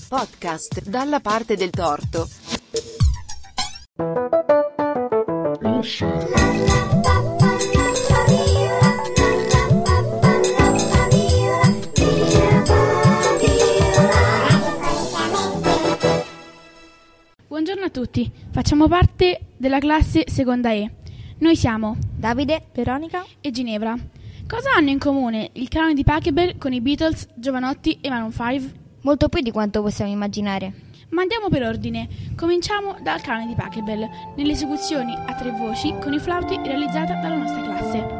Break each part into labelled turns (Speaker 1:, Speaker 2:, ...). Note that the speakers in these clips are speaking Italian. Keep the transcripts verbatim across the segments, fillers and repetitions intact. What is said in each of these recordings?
Speaker 1: Podcast dalla parte del torto.
Speaker 2: Buongiorno a tutti, facciamo parte della classe seconda E. Noi siamo
Speaker 3: Davide, Veronica
Speaker 2: e Ginevra. Cosa hanno in comune il canone di Pachelbel con i Beatles, Giovanotti e Maroon cinque?
Speaker 3: Molto più di quanto possiamo immaginare.
Speaker 2: Ma andiamo per ordine. Cominciamo dal canone di Pachelbel, nelle esecuzioni a tre voci con i flauti realizzata dalla nostra classe.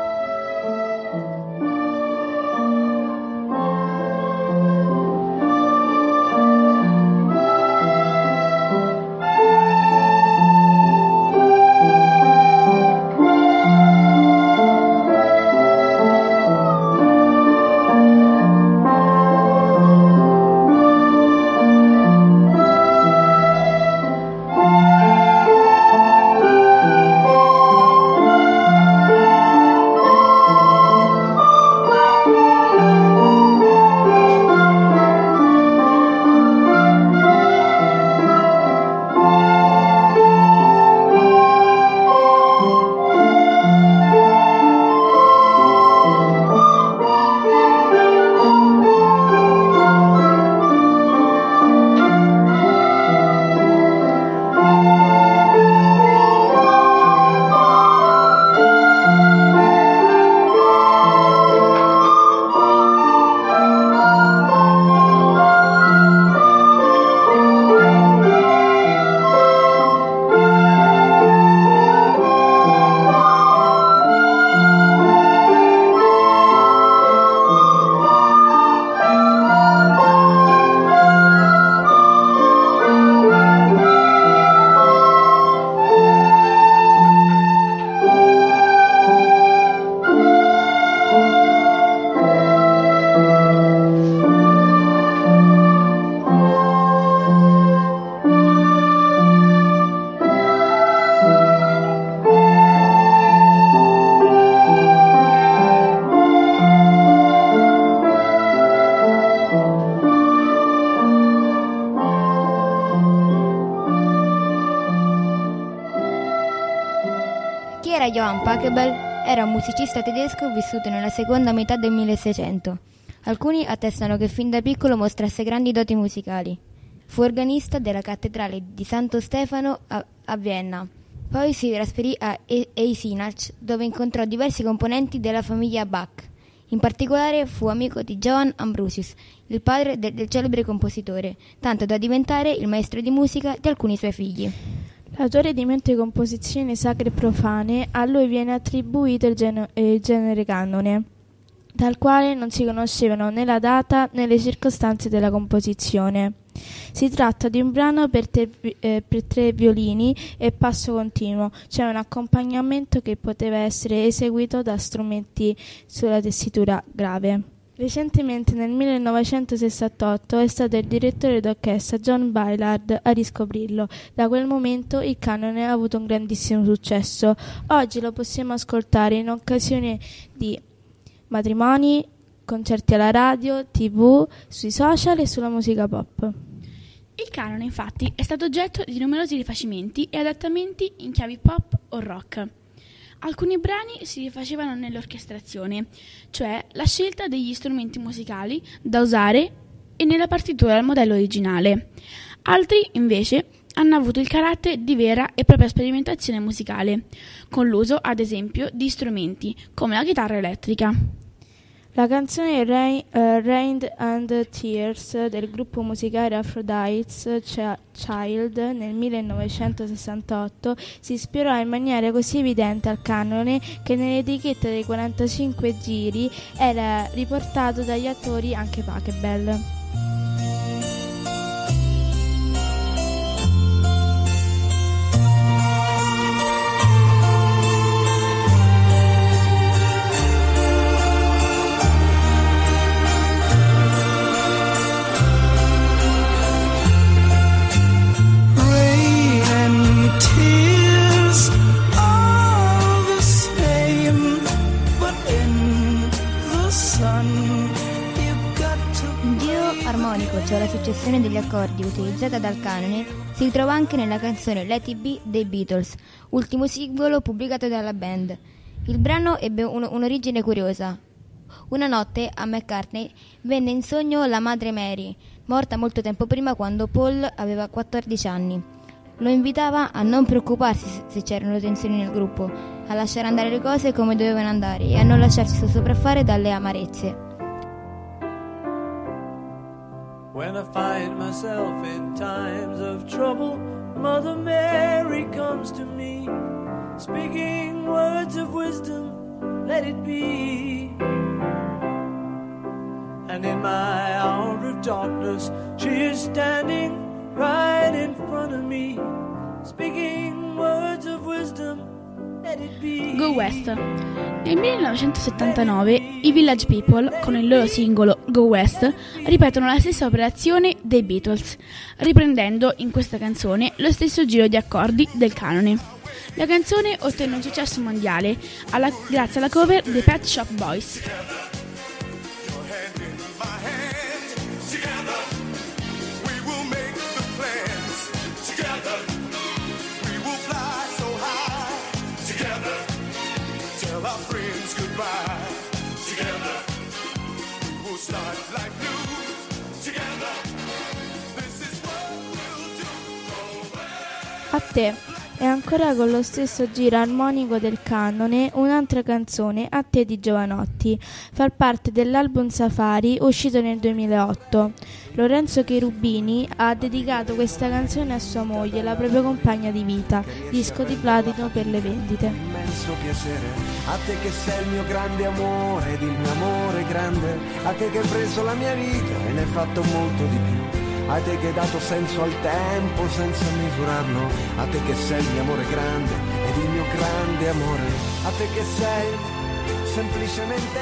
Speaker 3: Chi era Johann Pachelbel? Era un musicista tedesco vissuto nella seconda metà del milleseicento. Alcuni attestano che fin da piccolo mostrasse grandi doti musicali. Fu organista della cattedrale di Santo Stefano a, a Vienna. Poi si trasferì a Eisenach, dove incontrò diversi componenti della famiglia Bach. In particolare fu amico di Johann Ambrosius, il padre del, del celebre compositore, tanto da diventare il maestro di musica di alcuni suoi figli.
Speaker 4: L'autore di molte composizioni sacre e profane, a lui viene attribuito il, geno- il genere canone, dal quale non si conoscevano né la data né le circostanze della composizione. Si tratta di un brano per, te- eh, per tre violini e basso continuo, cioè un accompagnamento che poteva essere eseguito da strumenti sulla tessitura grave. Recentemente, nel millenovecentosessantotto, è stato il direttore d'orchestra John Ballard a riscoprirlo. Da quel momento il canone ha avuto un grandissimo successo. Oggi lo possiamo ascoltare in occasione di matrimoni, concerti alla radio, tivù, sui social e sulla musica pop.
Speaker 2: Il canone, infatti, è stato oggetto di numerosi rifacimenti e adattamenti in chiavi pop o rock. Alcuni brani si rifacevano nell'orchestrazione, cioè la scelta degli strumenti musicali da usare e nella partitura del modello originale. Altri, invece, hanno avuto il carattere di vera e propria sperimentazione musicale, con l'uso, ad esempio, di strumenti come la chitarra elettrica.
Speaker 4: La canzone Rain, uh, Rain and Tears del gruppo musicale Aphrodite's Child nel millenovecentosessantotto si ispirò in maniera così evidente al canone che nell'etichetta dei quarantacinque giri era riportato dagli attori anche Pachelbel.
Speaker 3: Dio armonico, cioè la successione degli accordi utilizzata dal canone, si ritrova anche nella canzone Let It Be dei Beatles, ultimo singolo pubblicato dalla band. Il brano ebbe un- un'origine curiosa. Una notte a McCartney venne in sogno la madre Mary, morta molto tempo prima quando Paul aveva quattordici anni. Lo invitava a non preoccuparsi se c'erano tensioni nel gruppo, a lasciare andare le cose come dovevano andare e a non lasciarsi sopraffare dalle amarezze.
Speaker 5: When I find myself in times of trouble, Mother Mary comes to me, speaking words of wisdom, let it be. And in my hour of darkness, she is standing right in front of me, speaking words of wisdom, let it be.
Speaker 2: Go West. Nel millenovecentosettantanove i Village People, con il loro singolo Go West, ripetono la stessa operazione dei Beatles, riprendendo in questa canzone lo stesso giro di accordi del canone. La canzone ottenne un successo mondiale alla, grazie alla cover dei Pet Shop Boys.
Speaker 4: A te, e ancora con lo stesso giro armonico del canone, un'altra canzone, A te di Giovanotti, fa parte dell'album Safari uscito nel duemilaotto. Lorenzo Cherubini ha dedicato questa canzone a sua moglie, la propria compagna di vita, disco di platino per le vendite.
Speaker 5: Immenso piacere, a te che sei il mio grande amore ed il mio amore grande, a te che hai preso la mia vita e ne hai fatto molto di più. A te che hai dato senso al tempo senza misurarlo, a te che sei il mio amore grande ed il mio grande amore, a te che sei, semplicemente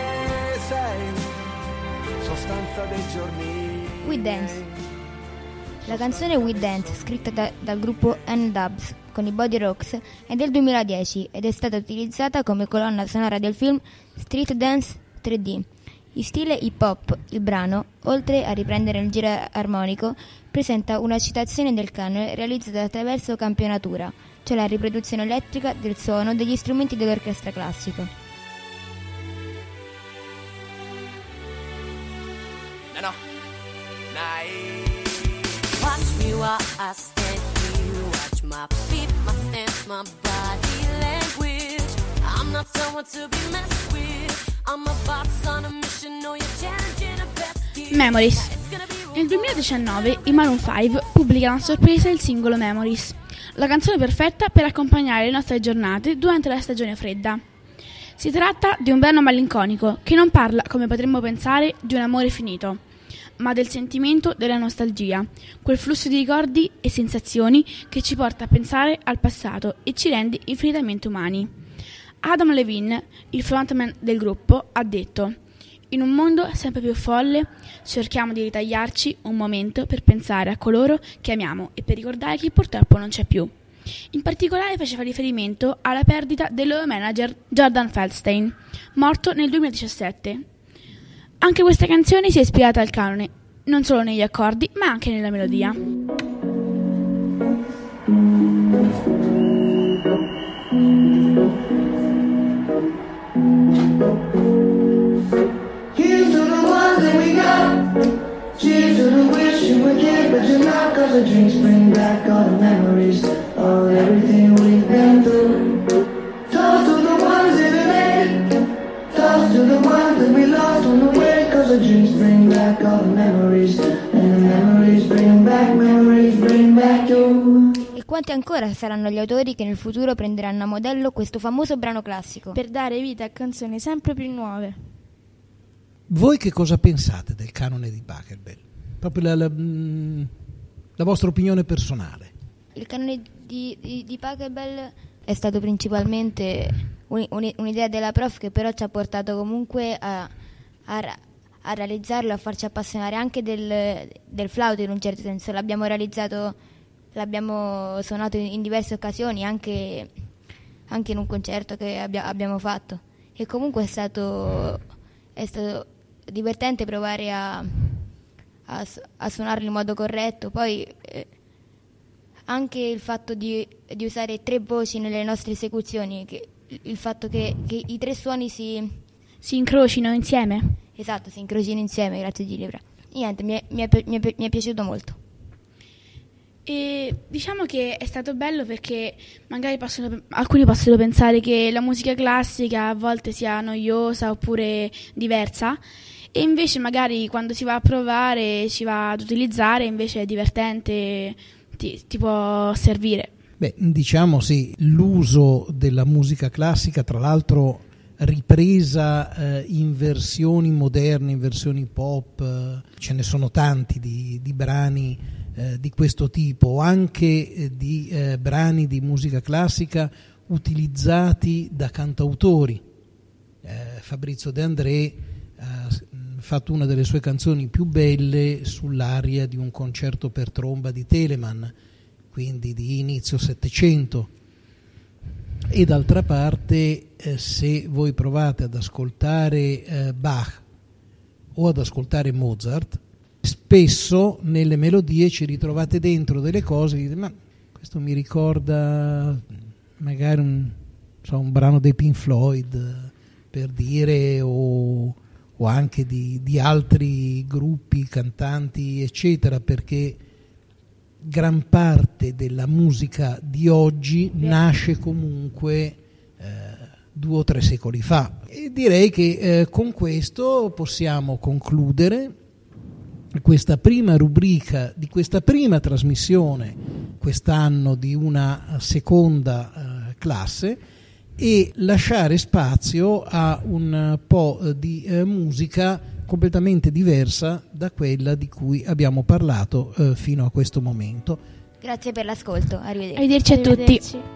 Speaker 5: sei, sostanza dei giorni.
Speaker 3: We Dance. La canzone We Dance, scritta da, dal gruppo N-Dubs con i Body Rocks, è del duemiladieci ed è stata utilizzata come colonna sonora del film Street Dance tre D. In stile hip hop, il brano, oltre a riprendere il giro armonico, presenta una citazione del canone realizzata attraverso campionatura, cioè la riproduzione elettrica del suono degli strumenti dell'orchestra classico.
Speaker 6: No, no. Watch me while I stand here. Watch my feet, my stance, my body language. I'm not someone to be messed with. I'm a boss on a mission, no, you're challenging a best.
Speaker 2: Memories. Nel duemiladiciannove i Maroon cinque pubblicano a sorpresa il singolo Memories, la canzone perfetta per accompagnare le nostre giornate durante la stagione fredda. Si tratta di un brano malinconico che non parla, come potremmo pensare, di un amore finito, ma del sentimento della nostalgia, quel flusso di ricordi e sensazioni che ci porta a pensare al passato e ci rende infinitamente umani. Adam Levine, il frontman del gruppo, ha detto: in un mondo sempre più folle cerchiamo di ritagliarci un momento per pensare a coloro che amiamo e per ricordare chi purtroppo non c'è più. In particolare faceva riferimento alla perdita del loro manager Jordan Feldstein, morto nel duemiladiciassette. Anche questa canzone si è ispirata al canone, non solo negli accordi ma anche nella melodia.
Speaker 7: Here's to the ones that we got. Cheers to the wish you were here, but you're not. Cause the drinks bring back all the memories of everything we've been through. Toast to the ones in the lake. Toast to the ones that we lost on the way. Cause the drinks bring back all the memories. And the memories bring back, memories bring back you.
Speaker 3: E quanti ancora saranno gli autori che nel futuro prenderanno a modello questo famoso brano classico
Speaker 4: Per dare vita a canzoni sempre più nuove.
Speaker 8: Voi che cosa pensate del canone di Pachelbel? Proprio la, la, la vostra opinione personale.
Speaker 3: Il canone di, di, di Pachelbel è stato principalmente un, un, un'idea della prof che però ci ha portato comunque a, a, a realizzarlo, a farci appassionare anche del, del flauto in un certo senso. L'abbiamo realizzato, l'abbiamo suonato in, in diverse occasioni, anche, anche in un concerto che abbia, abbiamo fatto. E comunque è stato, è stato divertente provare a, a, a suonarlo in modo corretto. Poi eh, anche il fatto di, di usare tre voci nelle nostre esecuzioni, che, il fatto che, che i tre suoni si,
Speaker 2: si incrocino insieme.
Speaker 3: Esatto, si incrocino insieme, grazie Gilibra. Niente, mi è, mi, è, mi, è, mi è piaciuto molto.
Speaker 2: E diciamo che è stato bello perché magari possono, alcuni possono pensare che la musica classica a volte sia noiosa oppure diversa, e invece magari quando si va a provare, si va ad utilizzare, invece è divertente, ti, ti può servire.
Speaker 8: Beh, diciamo sì, l'uso della musica classica, tra l'altro ripresa eh, in versioni moderne, in versioni pop, eh, ce ne sono tanti di, di brani eh, di questo tipo, anche eh, di eh, brani di musica classica utilizzati da cantautori. Eh, Fabrizio De André ha fatto una delle sue canzoni più belle sull'aria di un concerto per tromba di Telemann, quindi di inizio Settecento. E d'altra parte, eh, se voi provate ad ascoltare eh, Bach o ad ascoltare Mozart, spesso nelle melodie ci ritrovate dentro delle cose, dite, ma questo mi ricorda magari un, so, un brano dei Pink Floyd, per dire, o, o anche di, di altri gruppi, cantanti, eccetera, perché gran parte della musica di oggi nasce comunque eh, due o tre secoli fa. E direi che eh, con questo possiamo concludere questa prima rubrica di questa prima trasmissione quest'anno di una seconda eh, classe, e lasciare spazio a un po' di eh, musica completamente diversa da quella di cui abbiamo parlato eh, fino a questo momento.
Speaker 3: Grazie per l'ascolto, arrivederci.
Speaker 2: Arrivederci a
Speaker 4: Arrivederci.
Speaker 2: tutti.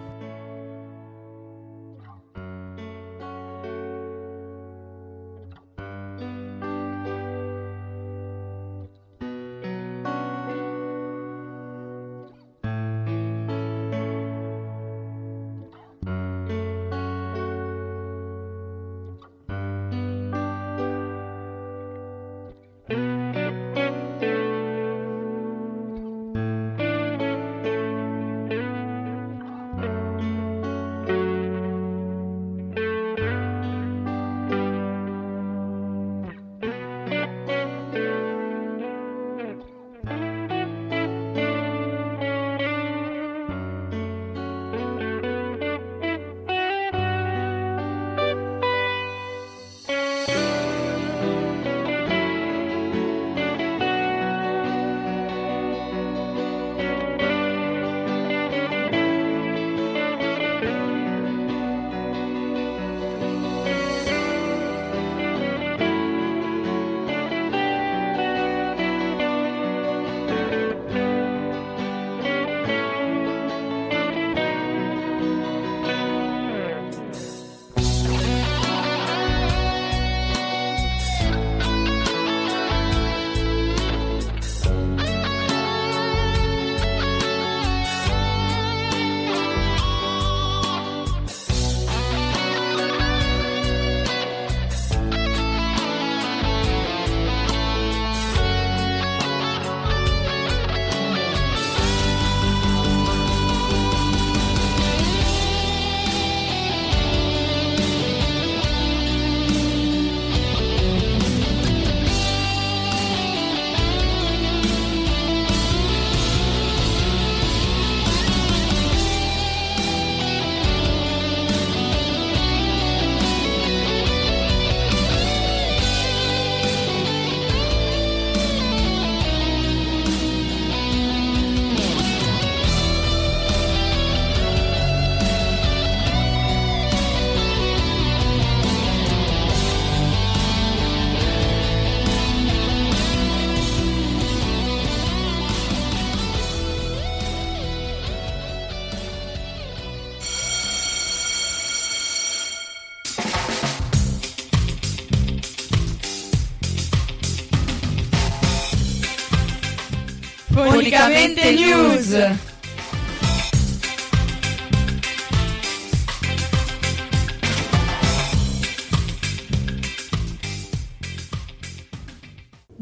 Speaker 9: Fonicamente News.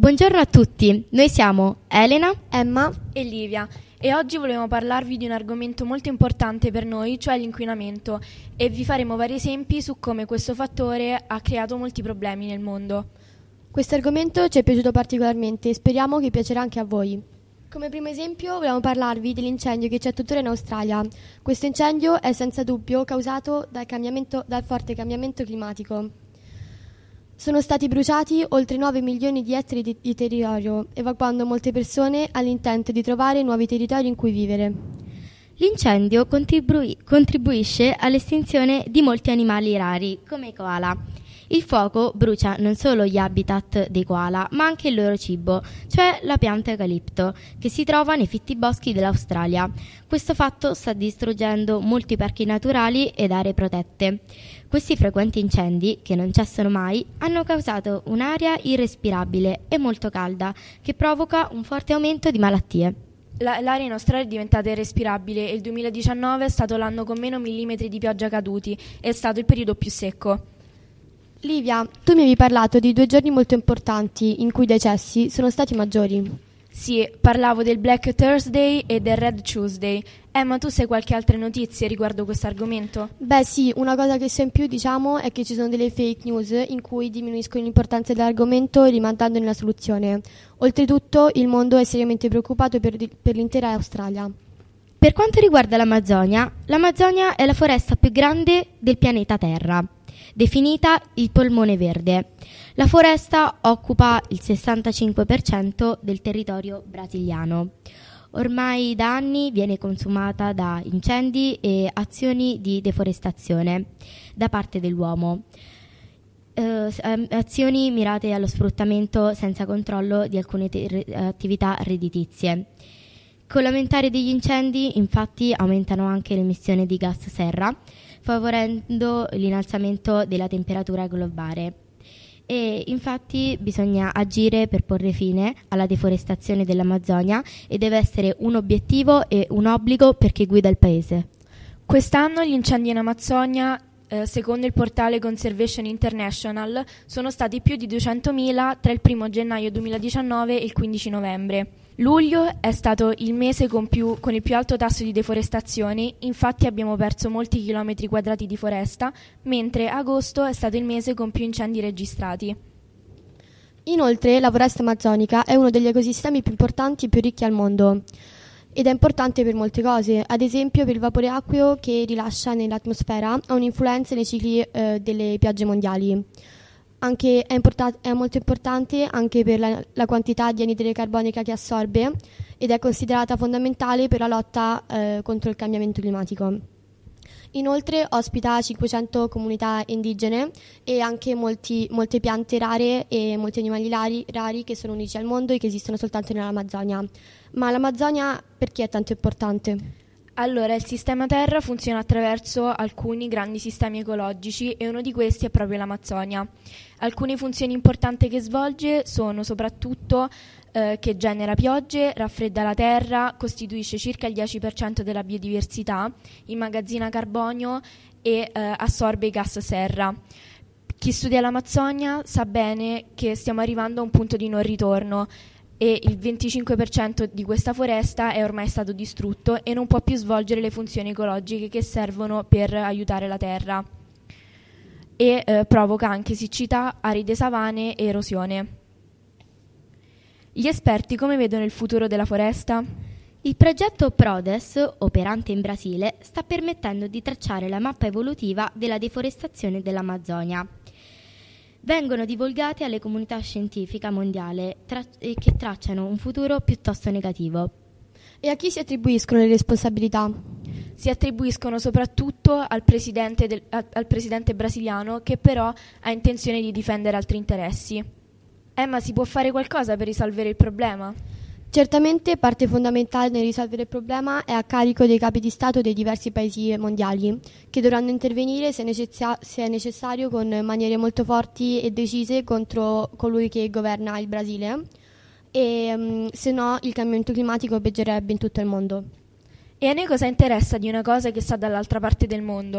Speaker 10: Buongiorno a tutti, noi siamo Elena,
Speaker 4: Emma
Speaker 11: e Livia e oggi volevamo parlarvi di un argomento molto importante per noi, cioè l'inquinamento, e vi faremo vari esempi su come questo fattore ha creato molti problemi nel mondo.
Speaker 12: Questo argomento ci è piaciuto particolarmente e speriamo che piacerà anche a voi. Come primo esempio volevamo parlarvi dell'incendio che c'è tuttora in Australia. Questo incendio è senza dubbio causato dal, cambiamento, dal forte cambiamento climatico. Sono stati bruciati oltre nove milioni di ettari di, di territorio, evacuando molte persone all'intento di trovare nuovi territori in cui vivere.
Speaker 10: L'incendio contribui- contribuisce all'estinzione di molti animali rari, come i koala. Il fuoco brucia non solo gli habitat dei koala, ma anche il loro cibo, cioè la pianta eucalipto, che si trova nei fitti boschi dell'Australia. Questo fatto sta distruggendo molti parchi naturali ed aree protette. Questi frequenti incendi, che non cessano mai, hanno causato un'aria irrespirabile e molto calda, che provoca un forte aumento di malattie.
Speaker 11: La, l'aria in Australia è diventata irrespirabile e il duemiladiciannove è stato l'anno con meno millimetri di pioggia caduti, è stato il periodo più secco.
Speaker 12: Livia, tu mi avevi parlato di due giorni molto importanti in cui i decessi sono stati maggiori.
Speaker 11: Sì, parlavo del Black Thursday e del Red Tuesday. Emma, tu sai qualche altra notizia riguardo questo argomento?
Speaker 12: Beh sì, una cosa che so in più diciamo è che ci sono delle fake news in cui diminuiscono l'importanza dell'argomento rimandandone la soluzione. Oltretutto il mondo è seriamente preoccupato per, per l'intera Australia.
Speaker 10: Per quanto riguarda l'Amazzonia, l'Amazzonia è la foresta più grande del pianeta Terra, definita il polmone verde. La foresta occupa il sessantacinque per cento del territorio brasiliano. Ormai da anni viene consumata da incendi e azioni di deforestazione da parte dell'uomo. Eh, azioni mirate allo sfruttamento senza controllo di alcune ter- attività redditizie. Con l'aumentare degli incendi, infatti, aumentano anche le emissioni di gas serra, favorendo l'innalzamento della temperatura globale. E infatti bisogna agire per porre fine alla deforestazione dell'Amazzonia e deve essere un obiettivo e un obbligo per chi guida il paese.
Speaker 11: Quest'anno gli incendi in Amazzonia, eh, secondo il portale Conservation International, sono stati più di duecentomila tra il primo gennaio duemiladiciannove e il quindici novembre. Luglio è stato il mese con, più, con il più alto tasso di deforestazione, infatti abbiamo perso molti chilometri quadrati di foresta, mentre agosto è stato il mese con più incendi registrati.
Speaker 12: Inoltre la foresta amazzonica è uno degli ecosistemi più importanti e più ricchi al mondo ed è importante per molte cose, ad esempio per il vapore acqueo che rilascia nell'atmosfera ha un'influenza nei cicli eh, delle piogge mondiali. Anche è, importa- è molto importante anche per la, la quantità di anidride carbonica che assorbe ed è considerata fondamentale per la lotta eh, contro il cambiamento climatico. Inoltre ospita cinquecento comunità indigene e anche molti, molte piante rare e molti animali rari, rari che sono unici al mondo e che esistono soltanto nell'Amazzonia. Ma l'Amazzonia perché è tanto importante?
Speaker 11: Allora, il sistema Terra funziona attraverso alcuni grandi sistemi ecologici e uno di questi è proprio l'Amazzonia. Alcune funzioni importanti che svolge sono soprattutto eh, che genera piogge, raffredda la terra, costituisce circa il dieci per cento della biodiversità, immagazzina carbonio e eh, assorbe i gas serra. Chi studia l'Amazzonia sa bene che stiamo arrivando a un punto di non ritorno e il venticinque per cento di questa foresta è ormai stato distrutto e non può più svolgere le funzioni ecologiche che servono per aiutare la terra e eh, provoca anche siccità, aride savane e erosione. Gli esperti come vedono il futuro della foresta?
Speaker 10: Il progetto PRODES, operante in Brasile, sta permettendo di tracciare la mappa evolutiva della deforestazione dell'Amazzonia. Vengono divulgate alle comunità scientifica mondiale tra- che tracciano un futuro piuttosto negativo.
Speaker 12: E a chi si attribuiscono le responsabilità?
Speaker 11: Si attribuiscono soprattutto al presidente, del, al, al presidente brasiliano che però ha intenzione di difendere altri interessi. Emma, si può fare qualcosa per risolvere il problema?
Speaker 12: Certamente parte fondamentale nel risolvere il problema è a carico dei capi di Stato dei diversi paesi mondiali, che dovranno intervenire se, necessa- se è necessario con maniere molto forti e decise contro colui che governa il Brasile, e um, se no il cambiamento climatico peggiorerebbe in tutto il mondo.
Speaker 11: E a noi cosa interessa di una cosa che sta dall'altra parte del mondo?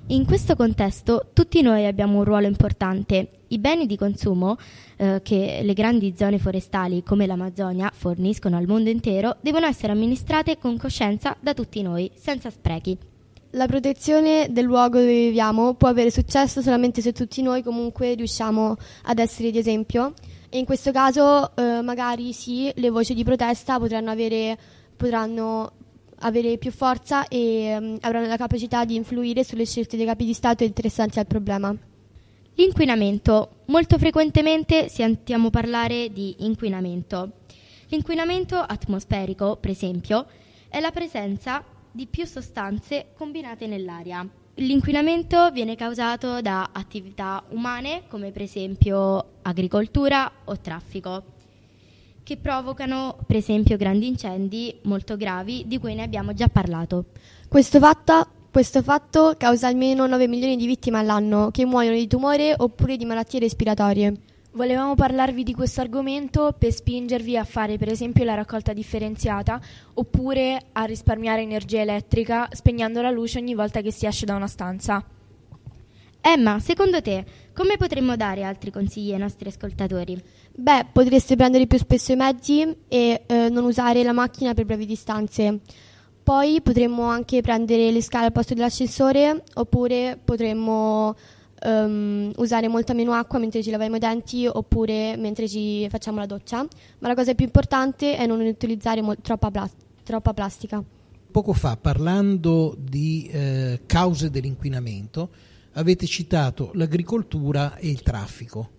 Speaker 10: In questo contesto tutti noi abbiamo un ruolo importante. I beni di consumo eh, che le grandi zone forestali come l'Amazzonia forniscono al mondo intero devono essere amministrate con coscienza da tutti noi, senza sprechi.
Speaker 12: La protezione del luogo dove viviamo può avere successo solamente se tutti noi comunque riusciamo ad essere di esempio, e in questo caso eh, magari sì, le voci di protesta potranno avere, potranno avere più forza e um, avranno la capacità di influire sulle scelte dei capi di Stato interessanti al problema.
Speaker 10: L'inquinamento. Molto frequentemente sentiamo parlare di inquinamento. L'inquinamento atmosferico, per esempio, è la presenza di più sostanze combinate nell'aria. L'inquinamento viene causato da attività umane, come per esempio agricoltura o traffico, che provocano per esempio grandi incendi molto gravi di cui ne abbiamo già parlato.
Speaker 12: Questo fatto, questo fatto causa almeno nove milioni di vittime all'anno che muoiono di tumore oppure di malattie respiratorie.
Speaker 11: Volevamo parlarvi di questo argomento per spingervi a fare per esempio la raccolta differenziata oppure a risparmiare energia elettrica spegnendo la luce ogni volta che si esce da una stanza.
Speaker 10: Emma, secondo te, come potremmo dare altri consigli ai nostri ascoltatori?
Speaker 12: Beh, potreste prendere più spesso i mezzi e eh, non usare la macchina per brevi distanze. Poi potremmo anche prendere le scale al posto dell'ascensore, oppure potremmo um, usare molta meno acqua mentre ci laviamo i denti oppure mentre ci facciamo la doccia. Ma la cosa più importante è non utilizzare mo- troppa, plas- troppa plastica.
Speaker 8: Poco fa, parlando di eh, cause dell'inquinamento, avete citato l'agricoltura e il traffico,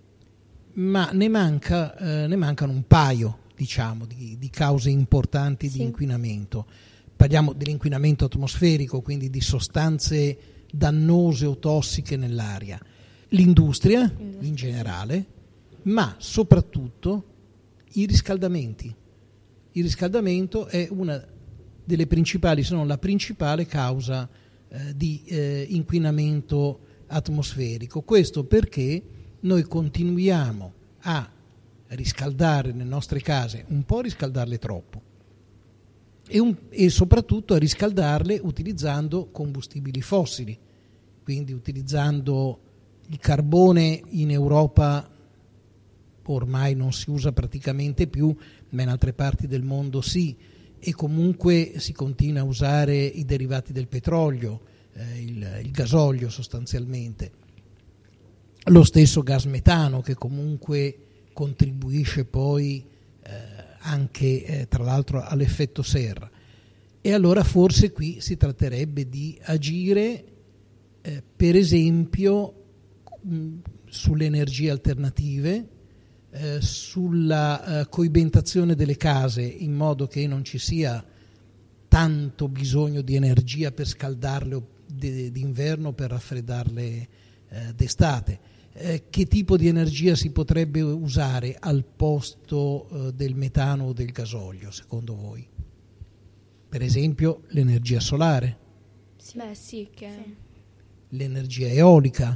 Speaker 8: ma ne, manca, eh, ne mancano un paio, diciamo, di, di cause importanti sì. di inquinamento. Parliamo dell'inquinamento atmosferico, quindi di sostanze dannose o tossiche nell'aria. L'industria, Industria. in generale, ma soprattutto i riscaldamenti. Il riscaldamento è una delle principali, se non la principale causa eh, di eh, inquinamento atmosferico. Questo perché noi continuiamo a riscaldare le nostre case, un po' riscaldarle troppo e, un, e soprattutto a riscaldarle utilizzando combustibili fossili, quindi utilizzando il carbone. In Europa ormai non si usa praticamente più, ma in altre parti del mondo sì, e comunque si continua a usare i derivati del petrolio, eh, il, il gasolio sostanzialmente. Lo stesso gas metano che comunque contribuisce poi eh, anche eh, tra l'altro all'effetto serra. E allora forse qui si tratterebbe di agire eh, per esempio mh, sulle energie alternative, eh, sulla eh, coibentazione delle case in modo che non ci sia tanto bisogno di energia per scaldarle d'inverno o per raffreddarle eh, d'estate. Eh, che tipo di energia si potrebbe usare al posto eh, del metano o del gasolio, secondo voi? Per esempio l'energia solare?
Speaker 11: Sì. Beh, sì, che... sì.
Speaker 8: L'energia eolica?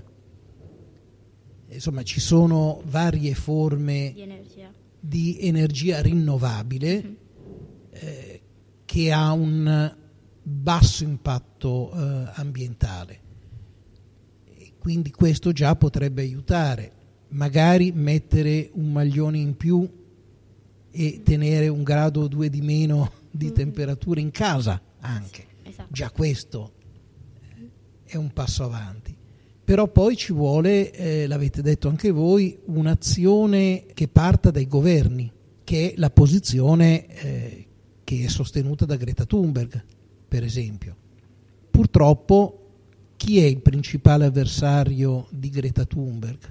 Speaker 8: Insomma, ci sono varie forme
Speaker 10: di energia,
Speaker 8: di energia rinnovabile mm-hmm. eh, che ha un basso impatto eh, ambientale. Quindi questo già potrebbe aiutare, magari mettere un maglione in più e tenere un grado o due di meno di mm-hmm. temperatura in casa anche. Sì, esatto. Già questo è un passo avanti. Però poi ci vuole, eh, l'avete detto anche voi, un'azione che parta dai governi, che è la posizione eh, che è sostenuta da Greta Thunberg, per esempio. Purtroppo chi è il principale avversario di Greta Thunberg?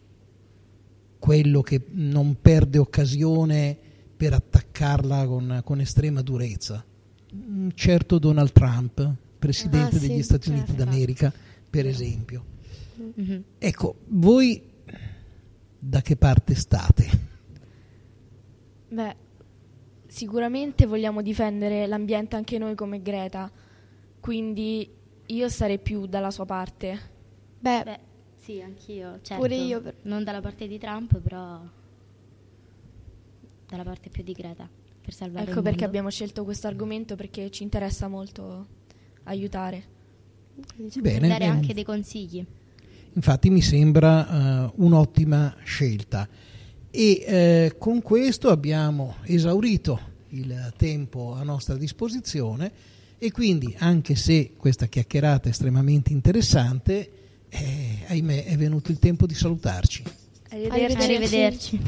Speaker 8: Quello che non perde occasione per attaccarla con, con estrema durezza. Un certo Donald Trump, presidente ah, sì, degli Stati certo. Uniti d'America, per esempio. Mm-hmm. Ecco, voi da che parte state?
Speaker 11: Beh, sicuramente vogliamo difendere l'ambiente anche noi come Greta, quindi io sarei più dalla sua parte.
Speaker 10: Beh, Beh sì, anch'io. Certo,
Speaker 12: pure io. Per...
Speaker 10: Non dalla parte di Trump, però dalla parte più di Greta, per salvare
Speaker 11: ecco
Speaker 10: il mondo.
Speaker 11: Perché abbiamo scelto questo argomento, perché ci interessa molto aiutare.
Speaker 8: Bene,
Speaker 10: dare
Speaker 8: bene.
Speaker 10: anche dei consigli.
Speaker 8: Infatti mi sembra uh, un'ottima scelta. E eh, con questo abbiamo esaurito il tempo a nostra disposizione e quindi, anche se questa chiacchierata è estremamente interessante, eh, ahimè è venuto il tempo di salutarci.
Speaker 11: Arrivederci.
Speaker 10: Arrivederci.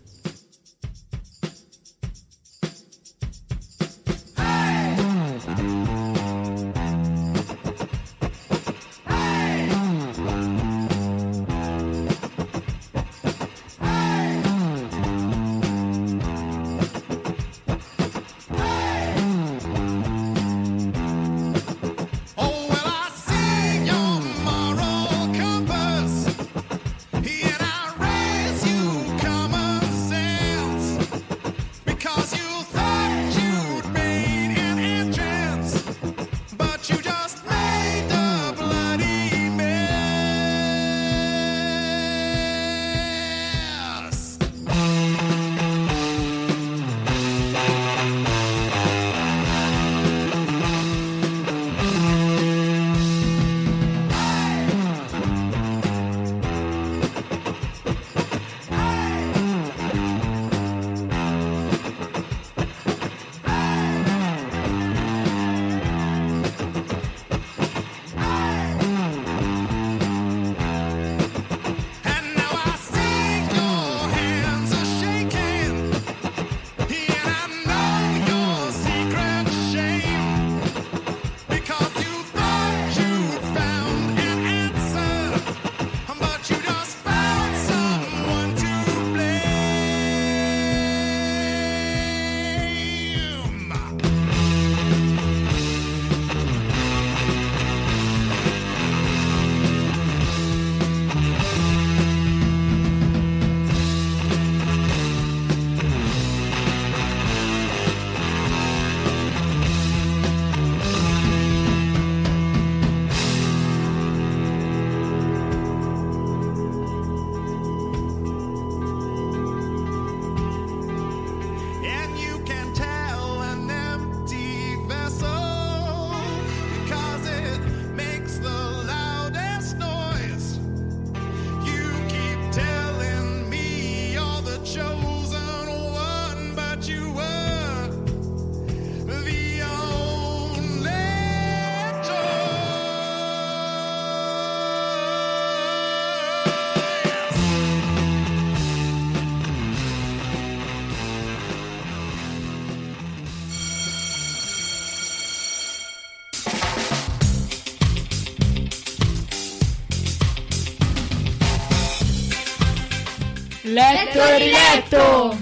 Speaker 9: Letto e riletto!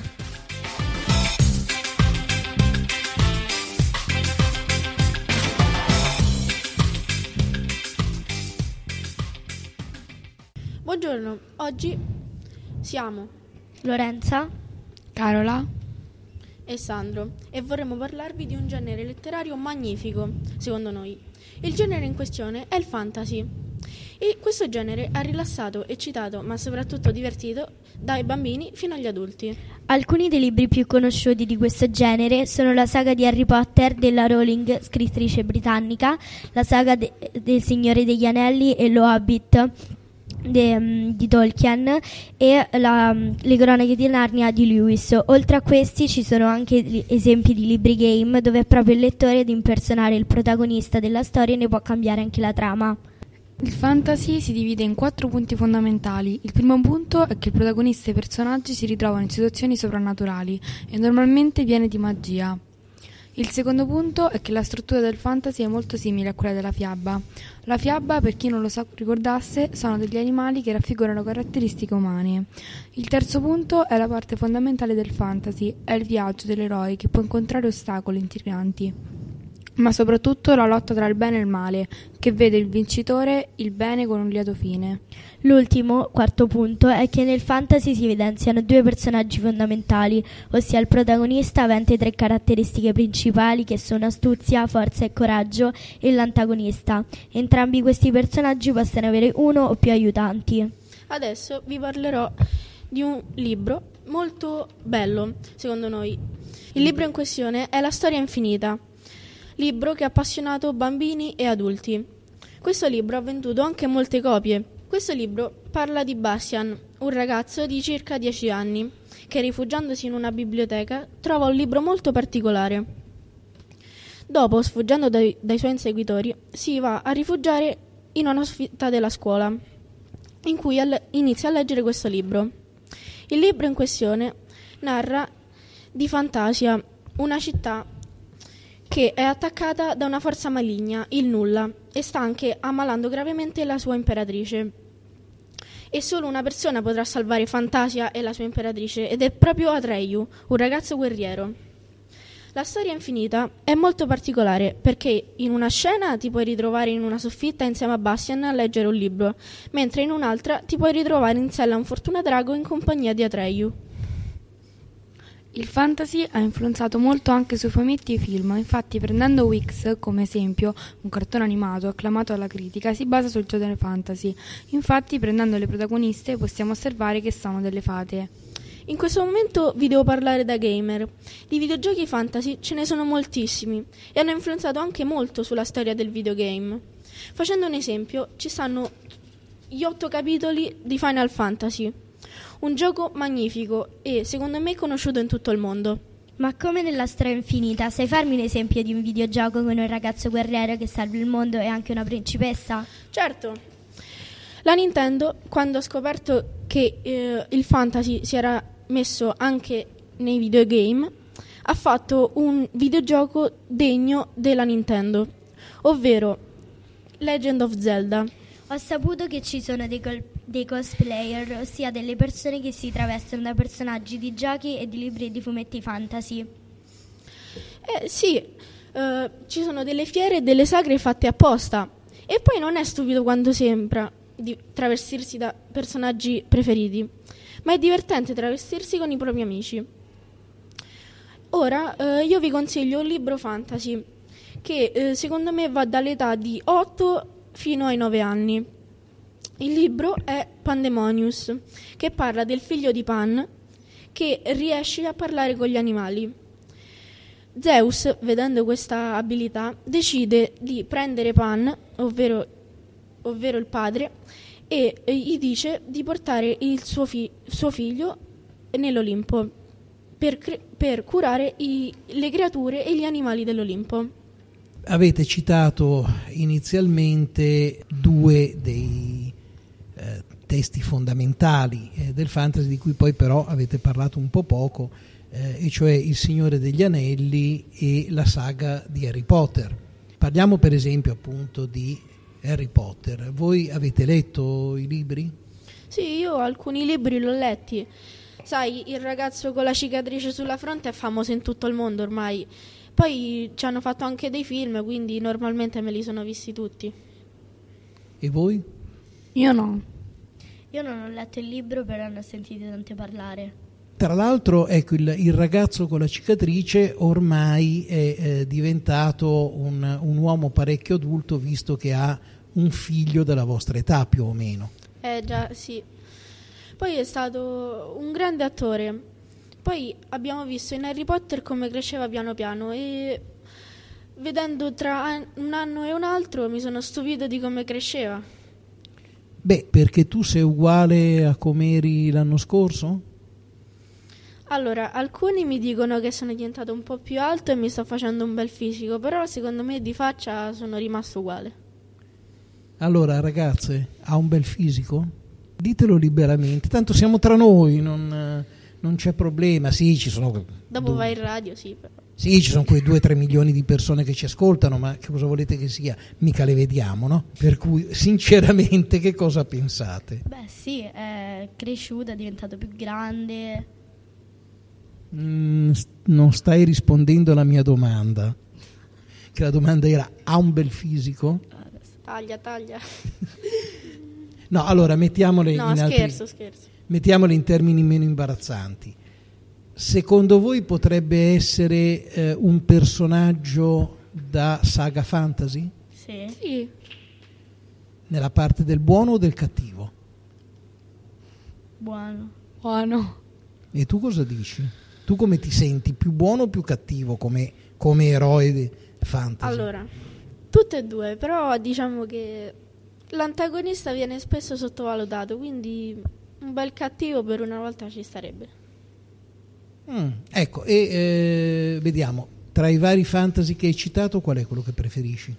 Speaker 13: Buongiorno, oggi siamo
Speaker 4: Lorenza,
Speaker 11: Carola
Speaker 13: e Sandro e vorremmo parlarvi di un genere letterario magnifico, secondo noi. Il genere in questione è il fantasy. E questo genere ha rilassato, eccitato, ma soprattutto divertito dai bambini fino agli adulti.
Speaker 10: Alcuni dei libri più conosciuti di questo genere sono la saga di Harry Potter della Rowling, scrittrice britannica, la saga de- del Signore degli Anelli e lo Hobbit de, um, di Tolkien e la, um, le cronache di Narnia di Lewis. Oltre a questi ci sono anche li- esempi di libri game dove è proprio il lettore ad impersonare il protagonista della storia e ne può cambiare anche la trama.
Speaker 11: Il fantasy si divide in quattro punti fondamentali. Il primo punto è che il protagonista e i personaggi si ritrovano in situazioni soprannaturali e normalmente viene di magia. Il secondo punto è che la struttura del fantasy è molto simile a quella della fiaba. La fiaba, per chi non lo sa, ricordasse, sono degli animali che raffigurano caratteristiche umane. Il terzo punto è la parte fondamentale del fantasy, è il viaggio dell'eroe che può incontrare ostacoli intriganti, ma soprattutto la lotta tra il bene e il male, che vede il vincitore il bene con un lieto fine.
Speaker 10: L'ultimo, quarto punto, è che nel fantasy si evidenziano due personaggi fondamentali, ossia il protagonista avente tre caratteristiche principali che sono astuzia, forza e coraggio, e l'antagonista. Entrambi questi personaggi possono avere uno o più aiutanti.
Speaker 13: Adesso vi parlerò di un libro molto bello, secondo noi. Il libro in questione è La storia infinita, libro che ha appassionato bambini e adulti. Questo libro ha venduto anche molte copie. Questo libro parla di Bastian, un ragazzo di circa dieci anni, che rifugiandosi in una biblioteca trova un libro molto particolare. Dopo, sfuggendo dai, dai suoi inseguitori, si va a rifugiare in una soffitta della scuola, in cui all- inizia a leggere questo libro. Il libro in questione narra di Fantasia, una città che è attaccata da una forza maligna, il Nulla, e sta anche ammalando gravemente la sua imperatrice. E solo una persona potrà salvare Fantasia e la sua imperatrice, ed è proprio Atreyu, un ragazzo guerriero. La storia infinita è molto particolare, perché in una scena ti puoi ritrovare in una soffitta insieme a Bastian a leggere un libro, mentre in un'altra ti puoi ritrovare in sella a un Fortuna Drago in compagnia di Atreyu.
Speaker 14: Il fantasy ha influenzato molto anche sui fumetti e film, infatti prendendo Winx come esempio, un cartone animato acclamato alla critica, si basa sul genere fantasy. Infatti prendendo le protagoniste possiamo osservare che sono delle fate.
Speaker 13: In questo momento vi devo parlare da gamer. Di videogiochi fantasy ce ne sono moltissimi e hanno influenzato anche molto sulla storia del videogame. Facendo un esempio, ci stanno gli otto capitoli di Final Fantasy. Un gioco magnifico e, secondo me, conosciuto in tutto il mondo.
Speaker 10: Ma come nella storia infinita, sai farmi un esempio di un videogioco con un ragazzo guerriero che salva il mondo e anche una principessa?
Speaker 13: Certo! La Nintendo, quando ha scoperto che eh, il fantasy si era messo anche nei videogame, ha fatto un videogioco degno della Nintendo, ovvero Legend of Zelda.
Speaker 10: Ho saputo che ci sono dei, col- dei cosplayer, ossia delle persone che si travestono da personaggi di giochi e di libri e di fumetti fantasy.
Speaker 13: Eh sì, eh, ci sono delle fiere e delle sagre fatte apposta. E poi non è stupido quando sembra di travestirsi da personaggi preferiti, ma è divertente travestirsi con i propri amici. Ora eh, io vi consiglio un libro fantasy che eh, secondo me va dall'età di otto fino ai nove anni. Il libro è Pandemonius, che parla del figlio di Pan che riesce a parlare con gli animali. Zeus, vedendo questa abilità, decide di prendere Pan, ovvero, ovvero il padre, e eh, gli dice di portare il suo, fi- suo figlio nell'Olimpo per, cre- per curare i- le creature e gli animali dell'Olimpo.
Speaker 8: Avete citato inizialmente due dei eh, testi fondamentali eh, del fantasy, di cui poi però avete parlato un po' poco, eh, e cioè Il Signore degli Anelli e la saga di Harry Potter. Parliamo per esempio appunto di Harry Potter. Voi avete letto i libri?
Speaker 13: Sì, io alcuni libri l'ho letti. Sai, il ragazzo con la cicatrice sulla fronte è famoso in tutto il mondo ormai. Poi ci hanno fatto anche dei film, quindi normalmente me li sono visti tutti.
Speaker 8: E voi?
Speaker 14: Io no.
Speaker 10: Io non ho letto il libro, però ne ho sentito tante parlare.
Speaker 8: Tra l'altro, ecco, il, il ragazzo con la cicatrice ormai è eh, diventato un, un uomo parecchio adulto, visto che ha un figlio della vostra età, più o meno.
Speaker 13: Eh già, sì. Poi è stato un grande attore. Poi abbiamo visto in Harry Potter come cresceva piano piano e vedendo tra un anno e un altro mi sono stupito di come cresceva.
Speaker 8: Beh, perché tu sei uguale a come eri l'anno scorso?
Speaker 13: Allora, alcuni mi dicono che sono diventato un po' più alto e mi sto facendo un bel fisico, però secondo me di faccia sono rimasto uguale.
Speaker 8: Allora, ragazze, ha un bel fisico? Ditelo liberamente, tanto siamo tra noi, non... non c'è problema. Sì, ci sono
Speaker 13: dopo
Speaker 8: due,
Speaker 13: vai in radio, sì, però.
Speaker 8: Sì, ci sono quei due o tre milioni di persone che ci ascoltano, ma che cosa volete che sia? Mica le vediamo, no? Per cui, sinceramente, che cosa pensate?
Speaker 10: Beh, sì, è cresciuta, è diventato più grande.
Speaker 8: Mm, non stai rispondendo alla mia domanda. Che la domanda era: ha un bel fisico?
Speaker 13: Taglia, taglia.
Speaker 8: No, allora mettiamole
Speaker 13: no,
Speaker 8: in altri...
Speaker 13: scherzo, scherzo.
Speaker 8: Mettiamole in termini meno imbarazzanti. Secondo voi potrebbe essere eh, un personaggio da saga fantasy?
Speaker 10: Sì.
Speaker 13: Sì.
Speaker 8: Nella parte del buono o del cattivo?
Speaker 10: Buono.
Speaker 14: Buono.
Speaker 8: E tu cosa dici? Tu come ti senti? Più buono o più cattivo come, come eroe fantasy?
Speaker 13: Allora, Tutte e due, però diciamo che l'antagonista viene spesso sottovalutato, quindi un bel cattivo per una volta ci starebbe.
Speaker 8: Mm, ecco, e eh, vediamo, tra i vari fantasy che hai citato, qual è quello che preferisci?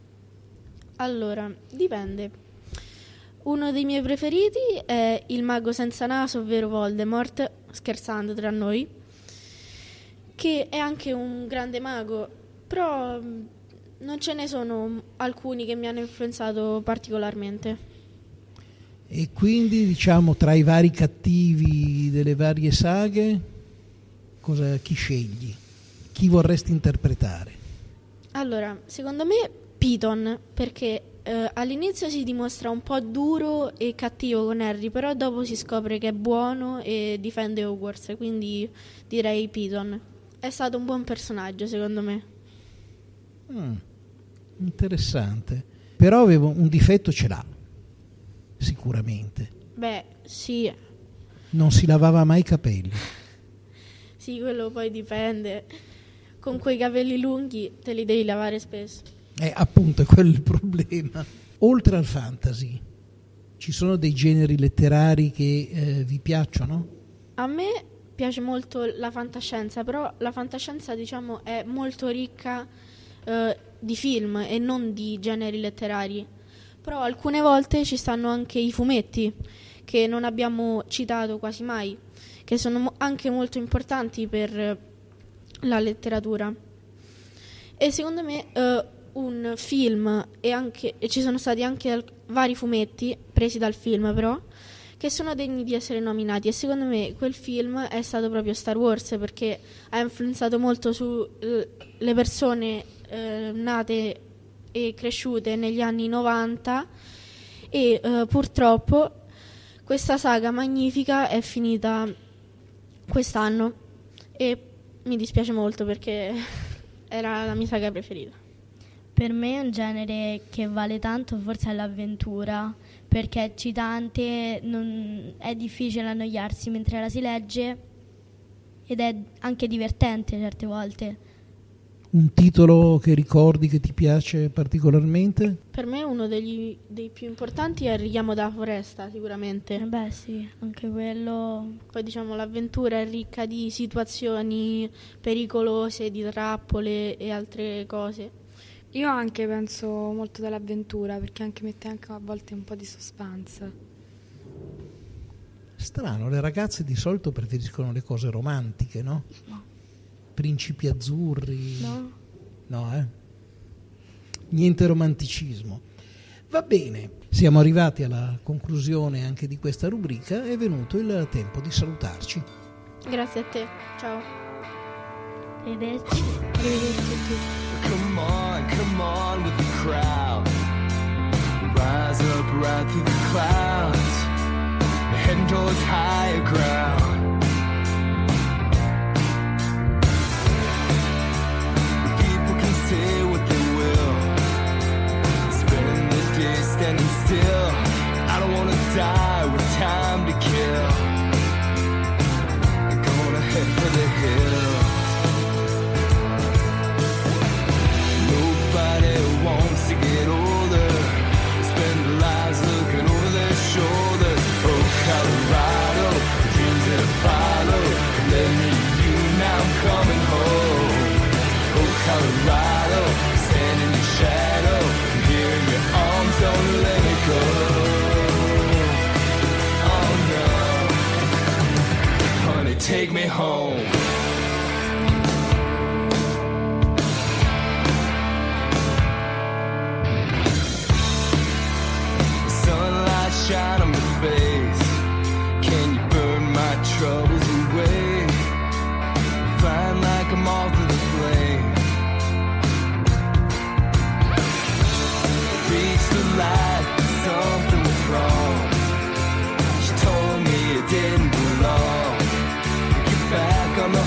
Speaker 13: Allora, dipende. Uno dei miei preferiti è il mago senza naso, ovvero Voldemort, scherzando tra noi, che è anche un grande mago, però non ce ne sono alcuni che mi hanno influenzato particolarmente.
Speaker 8: E quindi, diciamo, tra i vari cattivi delle varie saghe, cosa, chi scegli? Chi vorresti interpretare?
Speaker 13: Allora, secondo me Piton, perché eh, all'inizio si dimostra un po' duro e cattivo con Harry, però dopo si scopre che è buono e difende Hogwarts, quindi direi Piton. È stato un buon personaggio, secondo me.
Speaker 8: Mm, interessante. Però avevo un difetto, ce l'ha, sicuramente.
Speaker 13: Beh, sì.
Speaker 8: Non si lavava mai i capelli.
Speaker 13: Sì, quello poi dipende. Con quei capelli lunghi te li devi lavare spesso.
Speaker 8: Eh, appunto, è quello il problema. Oltre al fantasy, ci sono dei generi letterari che eh, vi piacciono?
Speaker 13: A me piace molto la fantascienza, però la fantascienza, diciamo, è molto ricca eh, di film e non di generi letterari. Però alcune volte ci stanno anche i fumetti, che non abbiamo citato quasi mai, che sono mo- anche molto importanti per eh, la letteratura. E secondo me eh, un film e, anche, e ci sono stati anche al- vari fumetti presi dal film, però, che sono degni di essere nominati, e secondo me quel film è stato proprio Star Wars, perché ha influenzato molto sulle persone eh, nate e cresciute negli anni novanta, e eh, purtroppo questa saga magnifica è finita quest'anno e mi dispiace molto perché era la mia saga preferita.
Speaker 15: Per me un genere che vale tanto forse è l'avventura, perché è eccitante, non è difficile annoiarsi mentre la si legge ed è anche divertente certe volte.
Speaker 8: Un titolo che ricordi che ti piace particolarmente?
Speaker 13: Per me uno degli, dei più importanti è Il richiamo dalla foresta, sicuramente.
Speaker 15: Eh beh sì, anche quello.
Speaker 13: Poi diciamo l'avventura è ricca di situazioni pericolose, di trappole e altre cose.
Speaker 14: Io anche penso molto dell'avventura, perché anche mette anche a volte un po' di suspense.
Speaker 8: Strano, le ragazze di solito preferiscono le cose romantiche, no?
Speaker 15: No.
Speaker 8: Principi azzurri.
Speaker 15: No.
Speaker 8: No, eh? Niente romanticismo. Va bene, siamo arrivati alla conclusione anche di questa rubrica, è venuto il tempo di salutarci.
Speaker 13: Grazie a te, ciao.
Speaker 15: Arrivederci. Arrivederci a tutti.
Speaker 5: Come on, come on with the crowd. Rise up right through the clouds, heading towards higher ground. Say what they will, spend the day standing still. I don't wanna die with time to kill. I'm gonna head for the hills. Nobody wants to get older, spend their lives looking over their shoulders. Oh, Colorado, dreams that follow, led me to you, now I'm coming home. Oh, Colorado, stand in the shadow, here in your arms, don't let me go. Oh no, honey, take me home. The sunlight shine on my face, can you burn my troubles away? Flying like a moth to the flame. Reached the light, something was wrong. She told me it didn't belong. Get back on the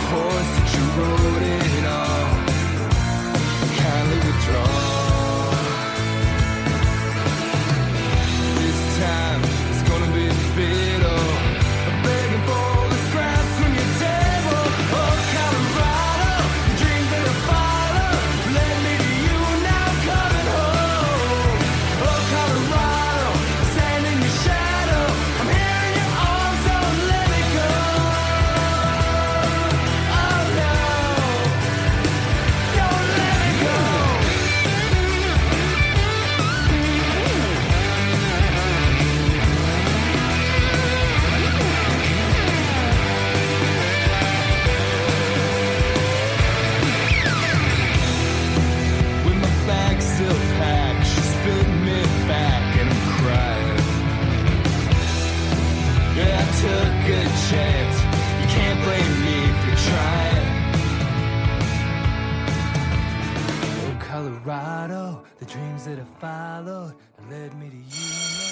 Speaker 16: grotto, the dreams that I followed led me to you.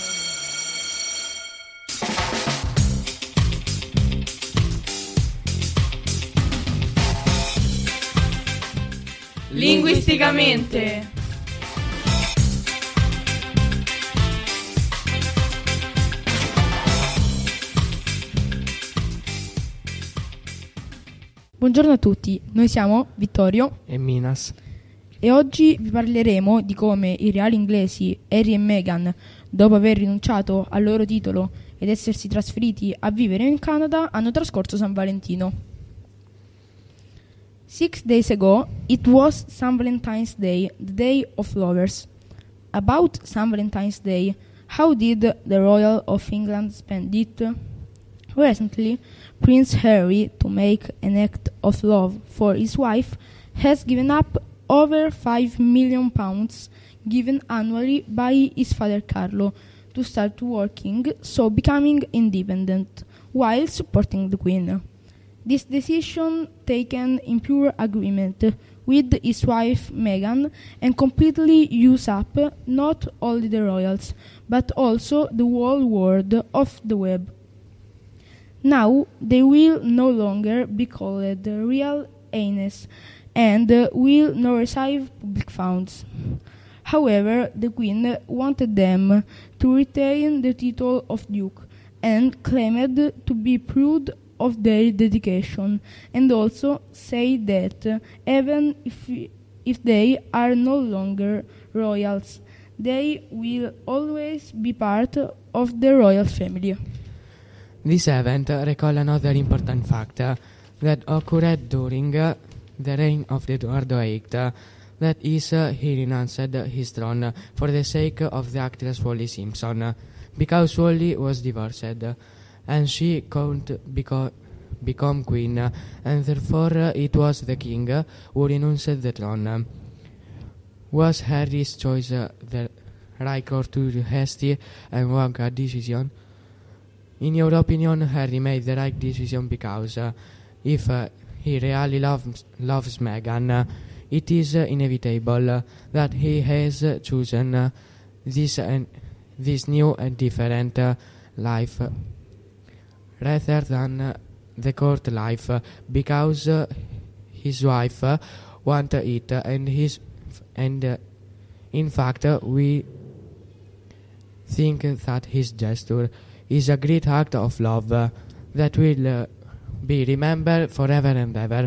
Speaker 9: Linguisticamente.
Speaker 17: Buongiorno a tutti, noi siamo Vittorio
Speaker 18: e Minas
Speaker 17: e oggi vi parleremo di come i reali inglesi Harry e Meghan, dopo aver rinunciato al loro titolo ed essersi trasferiti a vivere in Canada, hanno trascorso San Valentino. Six days ago, it was Saint Valentine's Day, the day of lovers. About Saint Valentine's Day, how did the Royal of England spend it? Recently, Prince Harry, to make an act of love for his wife, has given up over five million pounds given annually by his father Carlo to start working, so becoming independent, while supporting the Queen. This decision taken in pure agreement with his wife Meghan and completely use up not only the royals, but also the whole world of the web. Now they will no longer be called the Real Highness and uh, will not receive public funds. However, the Queen wanted them to retain the title of Duke and claimed to be proud of their dedication, and also say that uh, even if, if they are no longer royals, they will always be part of the royal family.
Speaker 18: This event recalls another important fact uh, that occurred during uh, the reign of Edward the eighth. Uh, that is, uh, he renounced his throne for the sake of the actress Wally Simpson, uh, because Wally was divorced, uh, and she couldn't beco- become queen, uh, and therefore uh, it was the king uh, who renounced the throne. Was Harry's choice uh, the right or too hasty and wrong uh, decision? In your opinion, Harry made the right decision because uh, if uh, he really loves, loves Meghan, uh, it is uh, inevitable uh, that he has uh, chosen uh, this, uh, this new and different uh, life uh, rather than uh, the court life uh, because uh, his wife uh, wanted it uh, and his f- and uh, in fact uh, we think that his gesture is a great act of love uh, that will uh, be remembered forever and ever.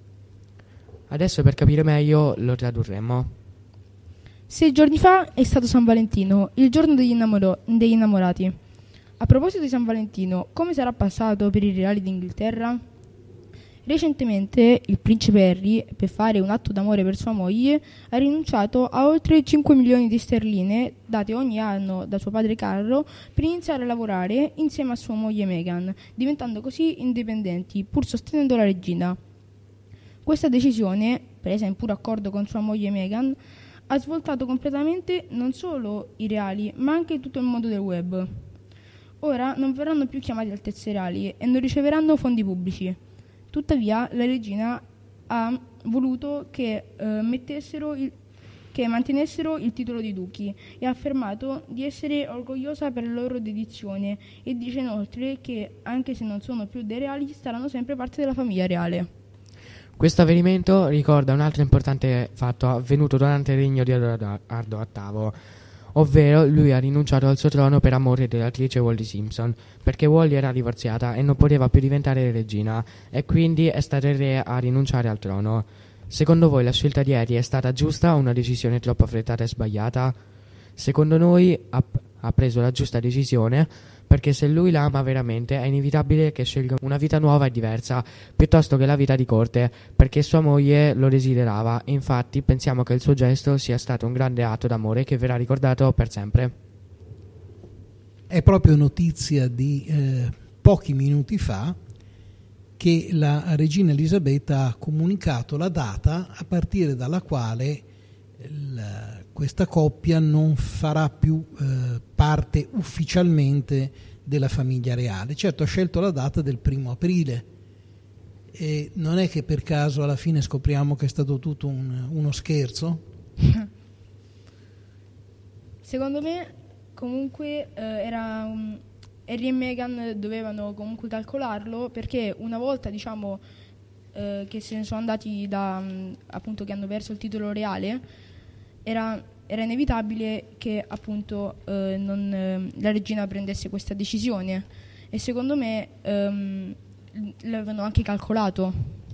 Speaker 18: Adesso per capire meglio lo tradurremo.
Speaker 17: Sei giorni fa è stato San Valentino, il giorno degli, innamoro- degli innamorati. A proposito di San Valentino, come sarà passato per i reali d'Inghilterra? Recentemente il principe Harry, per fare un atto d'amore per sua moglie, ha rinunciato a oltre cinque milioni di sterline date ogni anno da suo padre Carlo per iniziare a lavorare insieme a sua moglie Meghan, diventando così indipendenti, pur sostenendo la regina. Questa decisione, presa in puro accordo con sua moglie Meghan, ha svoltato completamente non solo i reali, ma anche tutto il mondo del web. Ora non verranno più chiamati altezze reali e non riceveranno fondi pubblici. Tuttavia la regina ha voluto che, eh, mettessero il, che mantenessero il titolo di duchi e ha affermato di essere orgogliosa per la loro dedizione e dice inoltre che anche se non sono più dei reali saranno sempre parte della famiglia reale.
Speaker 18: Questo avvenimento ricorda un altro importante fatto avvenuto durante il regno di Edoardo ottavo, ovvero lui ha rinunciato al suo trono per amore dell'attrice Wally Simpson, perché Wally era divorziata e non poteva più diventare regina, e quindi è stato il re a rinunciare al trono. Secondo voi la scelta di Harry è stata giusta o una decisione troppo affrettata e sbagliata? Secondo noi ha, ha preso la giusta decisione, perché se lui la ama veramente è inevitabile che scelga una vita nuova e diversa piuttosto che la vita di corte, perché sua moglie lo desiderava. Infatti pensiamo che il suo gesto sia stato un grande atto d'amore che verrà ricordato per sempre.
Speaker 8: È proprio notizia di eh, pochi minuti fa che la regina Elisabetta ha comunicato la data a partire dalla quale il, questa coppia non farà più eh, parte ufficialmente della famiglia reale. Certo, ha scelto la data del primo aprile e non è che per caso alla fine scopriamo che è stato tutto un, uno scherzo.
Speaker 17: Secondo me comunque eh, era um, Harry e Meghan dovevano comunque calcolarlo, perché una volta diciamo eh, che se ne sono andati da um, appunto che hanno perso il titolo reale, era, era inevitabile che appunto eh, non, eh, la regina prendesse questa decisione, e secondo me ehm, l'avevano anche calcolato.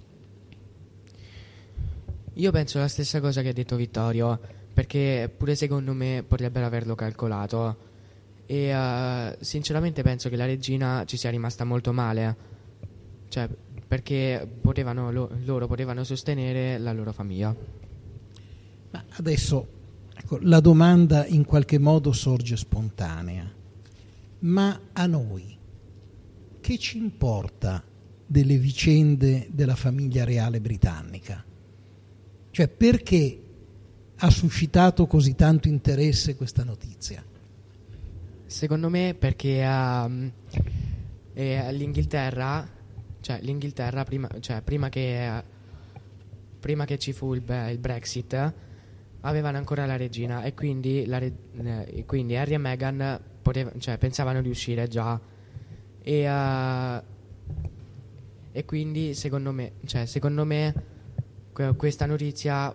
Speaker 18: Io penso la stessa cosa che ha detto Vittorio, perché pure secondo me potrebbero averlo calcolato, e uh, sinceramente penso che la regina ci sia rimasta molto male, cioè perché potevano, lo, loro potevano sostenere la loro famiglia.
Speaker 8: Ma adesso ecco, la domanda in qualche modo sorge spontanea: ma a noi che ci importa delle vicende della famiglia reale britannica? Cioè, perché ha suscitato così tanto interesse questa notizia?
Speaker 18: Secondo me perché um, eh, l'Inghilterra, cioè l'Inghilterra prima, cioè prima che uh, prima che ci fu il, il Brexit, avevano ancora la regina, e quindi, la re, eh, quindi Harry e Meghan poteva, cioè, pensavano di uscire già, e, uh, e quindi secondo me, cioè, secondo me que- questa notizia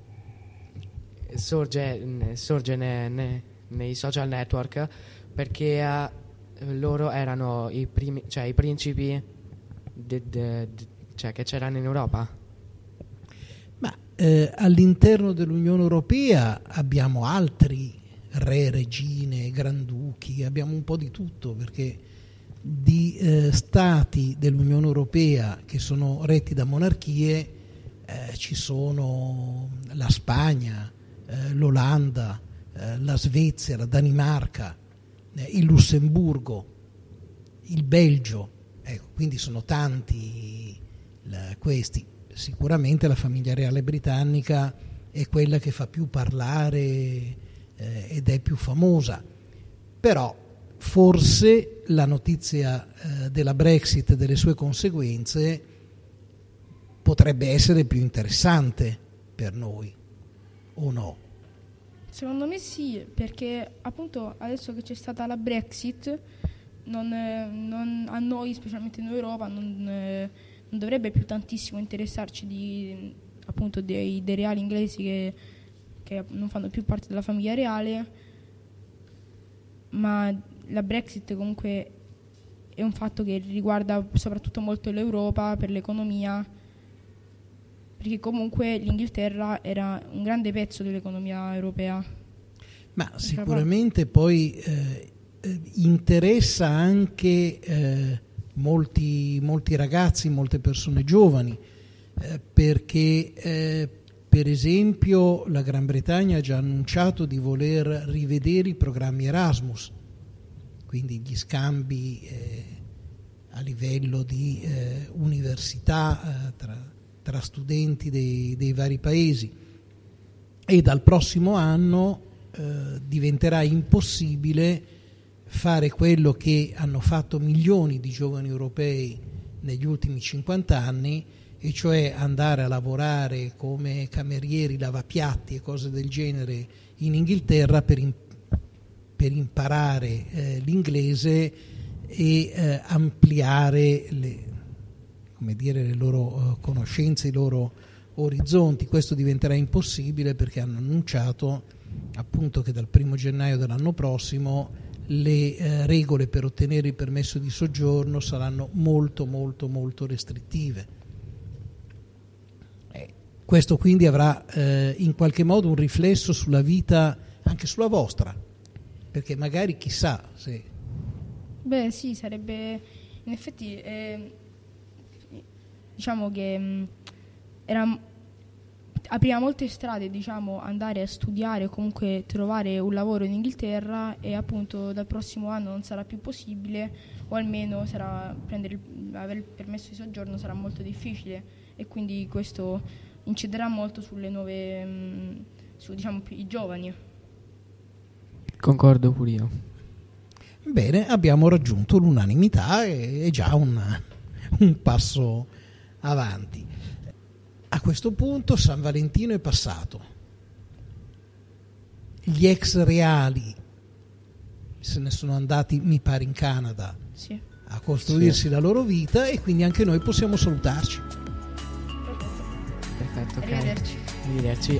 Speaker 18: sorge, sorge ne, ne, nei social network perché uh, loro erano i primi, cioè i principi de, de, de, cioè, che c'erano in Europa.
Speaker 8: Ma eh, all'interno dell'Unione Europea abbiamo altri re, regine, granduchi, abbiamo un po' di tutto, perché di eh, stati dell'Unione Europea che sono retti da monarchie eh, ci sono la Spagna, eh, l'Olanda, eh, la Svezia, la Danimarca, eh, il Lussemburgo, il Belgio, ecco, quindi sono tanti la, questi. Sicuramente la famiglia reale britannica è quella che fa più parlare eh, ed è più famosa, però forse la notizia eh, della Brexit e delle sue conseguenze potrebbe essere più interessante per noi, o no?
Speaker 17: Secondo me sì, perché appunto adesso che c'è stata la Brexit, non, non, a noi, specialmente in Europa, non, non dovrebbe più tantissimo interessarci di, appunto dei, dei reali inglesi che, che non fanno più parte della famiglia reale, ma la Brexit comunque è un fatto che riguarda soprattutto molto l'Europa per l'economia, perché comunque l'Inghilterra era un grande pezzo dell'economia europea.
Speaker 8: Ma sicuramente poi eh, interessa anche eh, molti, molti ragazzi, molte persone giovani, eh, perché eh, per esempio la Gran Bretagna ha già annunciato di voler rivedere i programmi Erasmus, quindi gli scambi eh, a livello di eh, università eh, tra tra studenti dei, dei vari paesi, e dal prossimo anno eh, diventerà impossibile fare quello che hanno fatto milioni di giovani europei negli ultimi cinquanta anni, e cioè andare a lavorare come camerieri, lavapiatti e cose del genere in Inghilterra per, in, per imparare eh, l'inglese e eh, ampliare le come dire, le loro uh, conoscenze, i loro orizzonti. Questo diventerà impossibile perché hanno annunciato appunto che dal primo gennaio dell'anno prossimo le uh, regole per ottenere il permesso di soggiorno saranno molto molto molto restrittive. Eh, questo quindi avrà uh, in qualche modo un riflesso sulla vita, anche sulla vostra, perché magari chissà se...
Speaker 17: Beh sì, sarebbe in effetti... Eh... diciamo che mh, era, apriva molte strade, diciamo, andare a studiare o comunque trovare un lavoro in Inghilterra, e appunto dal prossimo anno non sarà più possibile, o almeno sarà prendere il, avere il permesso di soggiorno sarà molto difficile, e quindi questo inciderà molto sulle nuove mh, su diciamo più i giovani.
Speaker 18: Concordo pure io.
Speaker 8: Bene, abbiamo raggiunto l'unanimità, e è già un, un passo avanti. A questo punto San Valentino è passato. gli ex reali se ne sono andati, mi pare, in Canada
Speaker 17: sì.
Speaker 8: a costruirsi sì. la loro vita, e quindi anche noi possiamo salutarci.
Speaker 18: Perfetto, ok.
Speaker 17: Arrivederci.
Speaker 18: Arrivederci.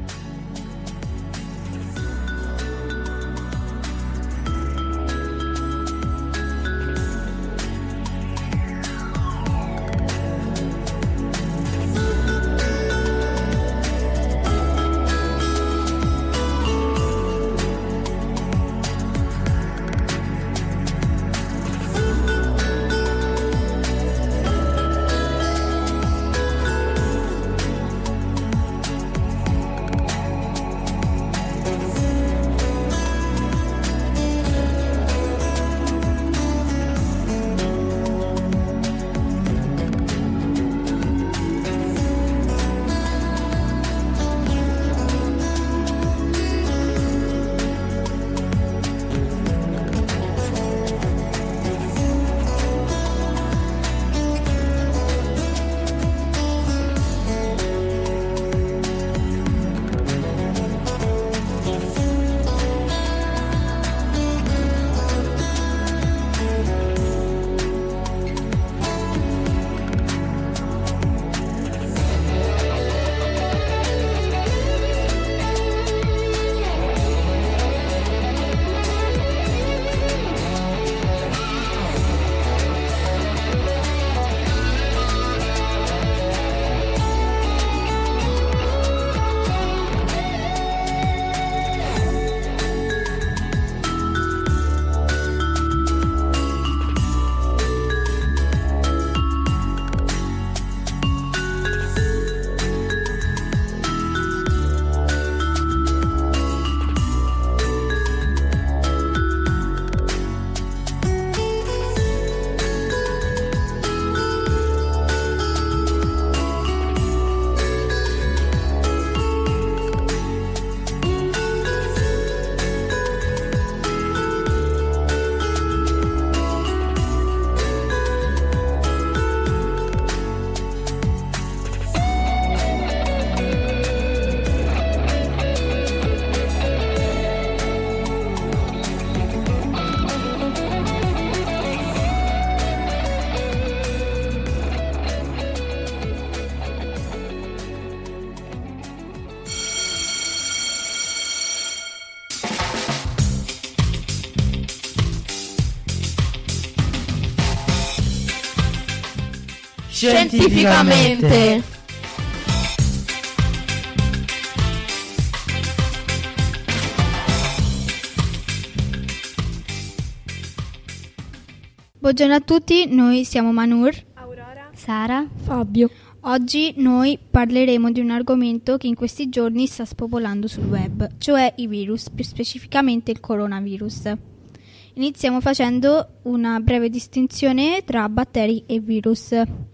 Speaker 9: Scientificamente.
Speaker 19: Buongiorno a tutti, noi siamo Manur,
Speaker 13: Aurora,
Speaker 10: Sara,
Speaker 19: Fabio. Oggi noi parleremo di un argomento che in questi giorni sta spopolando sul web, cioè i virus, più specificamente il coronavirus. Iniziamo facendo una breve distinzione tra batteri e virus.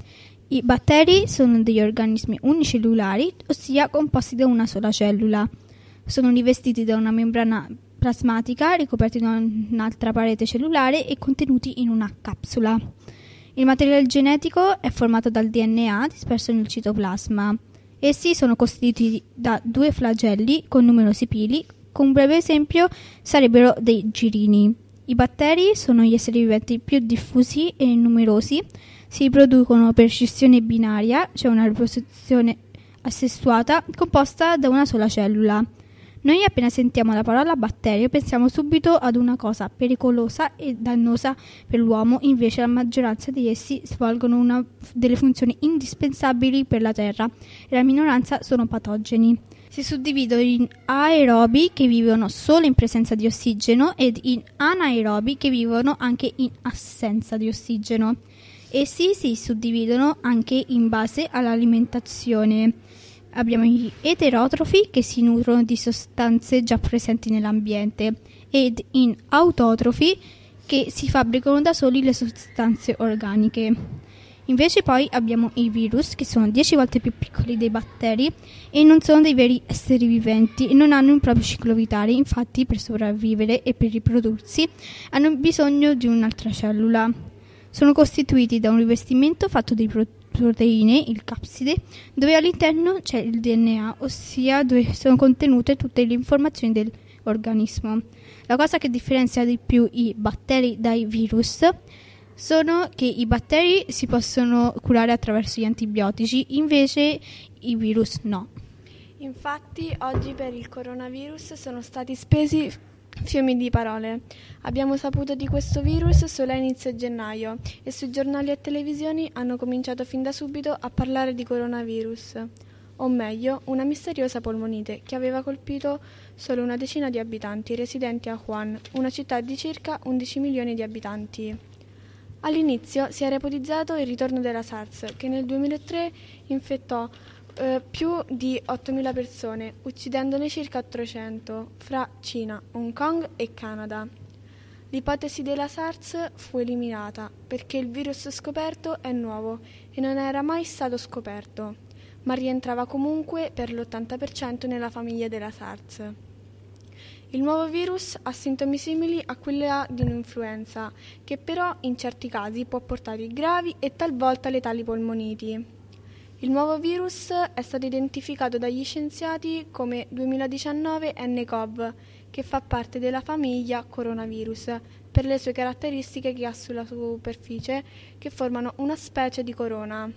Speaker 19: I batteri sono degli organismi unicellulari, ossia composti da una sola cellula. Sono rivestiti da una membrana plasmatica, ricoperti da un'altra parete cellulare e contenuti in una capsula. Il materiale genetico è formato dal D N A disperso nel citoplasma. Essi sono costituiti da due flagelli con numerosi pili, con un breve esempio sarebbero dei girini. I batteri sono gli esseri viventi più diffusi e numerosi. Si riproducono per scissione binaria, cioè una riproduzione assessuata composta da una sola cellula. Noi appena sentiamo la parola batterio pensiamo subito ad una cosa pericolosa e dannosa per l'uomo, invece la maggioranza di essi svolgono una delle funzioni indispensabili per la Terra e la minoranza sono patogeni. Si suddividono in aerobi che vivono solo in presenza di ossigeno ed in anaerobi che vivono anche in assenza di ossigeno. Essi si suddividono anche in base all'alimentazione. Abbiamo gli eterotrofi che si nutrono di sostanze già presenti nell'ambiente ed in autotrofi che si fabbricano da soli le sostanze organiche. Invece poi abbiamo i virus che sono dieci volte più piccoli dei batteri e non sono dei veri esseri viventi e non hanno un proprio ciclo vitale, infatti per sopravvivere e per riprodursi hanno bisogno di un'altra cellula. Sono costituiti da un rivestimento fatto di proteine, il capside, dove all'interno c'è il D N A, ossia dove sono contenute tutte le informazioni del organismo. La cosa che differenzia di più i batteri dai virus sono che i batteri si possono curare attraverso gli antibiotici, invece i virus no.
Speaker 4: Infatti oggi per il coronavirus sono stati spesi fiumi di parole. Abbiamo saputo di questo virus solo a inizio gennaio e sui giornali e televisioni hanno cominciato fin da subito a parlare di coronavirus, o meglio, una misteriosa polmonite che aveva colpito solo una decina di abitanti residenti a Wuhan, una città di circa undici milioni di abitanti. All'inizio si era ipotizzato il ritorno della SARS, che nel duemilatré infettò eh, più di ottomila persone, uccidendone circa ottocento, fra Cina, Hong Kong e Canada. L'ipotesi della SARS fu eliminata perché il virus scoperto è nuovo e non era mai stato scoperto, ma rientrava comunque per l'ottanta per cento nella famiglia della SARS. Il nuovo virus ha sintomi simili a quelli di un'influenza, che però in certi casi può portare gravi e talvolta letali polmoniti. Il nuovo virus è stato identificato dagli scienziati come duemiladiciannove N C O V, che fa parte della famiglia coronavirus, per le sue caratteristiche che ha sulla superficie, che formano una specie di corona.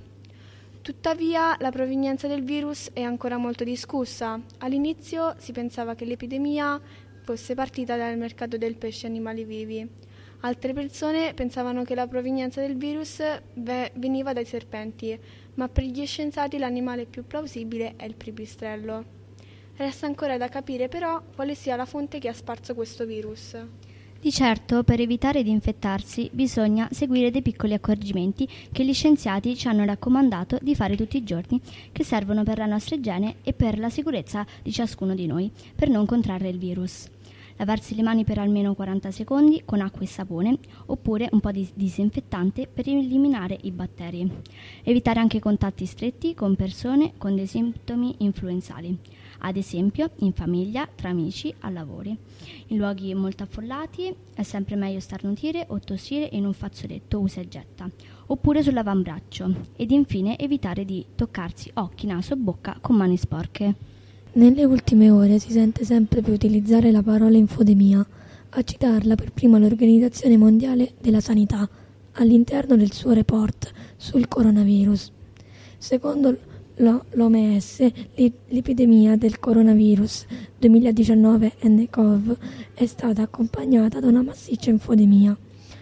Speaker 4: Tuttavia, la provenienza del virus è ancora molto discussa. All'inizio si pensava che l'epidemia fosse partita dal mercato del pesce e animali vivi. Altre persone pensavano che la provenienza del virus ve- veniva dai serpenti, ma per gli scienziati l'animale più plausibile è il pipistrello. Resta ancora da capire però quale sia la fonte che ha sparso questo virus.
Speaker 10: Di certo, per evitare di infettarsi, bisogna seguire dei piccoli accorgimenti che gli scienziati ci hanno raccomandato di fare tutti i giorni, che servono per la nostra igiene e per la sicurezza di ciascuno di noi, per non contrarre il virus. Lavarsi le mani per almeno quaranta secondi con acqua e sapone, oppure un po' di disinfettante per eliminare i batteri. Evitare anche contatti stretti con persone con dei sintomi influenzali, ad esempio in famiglia, tra amici, al lavoro. In luoghi molto affollati è sempre meglio starnutire o tossire in un fazzoletto usa e getta, oppure sull'avambraccio, ed infine evitare di toccarsi occhi, naso e bocca con mani sporche.
Speaker 20: Nelle ultime ore si sente sempre più utilizzare la parola infodemia, a citarla per prima l'Organizzazione Mondiale della Sanità all'interno del suo report sul coronavirus. Secondo l'O M S, l'epidemia del coronavirus duemiladiciannove N C O V è stata accompagnata da una massiccia infodemia,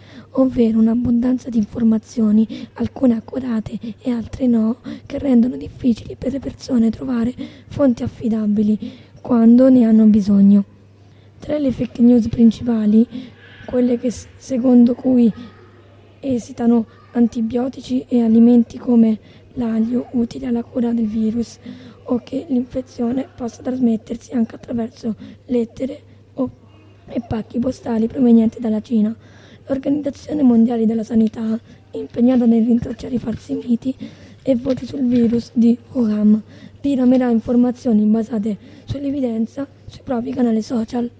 Speaker 20: ovvero un'abbondanza di informazioni, alcune accurate e altre no, che rendono difficili per le persone trovare fonti affidabili quando ne hanno bisogno. Tra le fake news principali, quelle che secondo cui esitano antibiotici e alimenti come l'aglio utili alla cura del virus, o che l'infezione possa trasmettersi anche attraverso lettere o e pacchi postali provenienti dalla Cina. L'Organizzazione Mondiale della Sanità è impegnata nel rintracciare i falsi miti e voci sul virus di Wuhan, diramerà informazioni basate sull'evidenza sui propri canali social.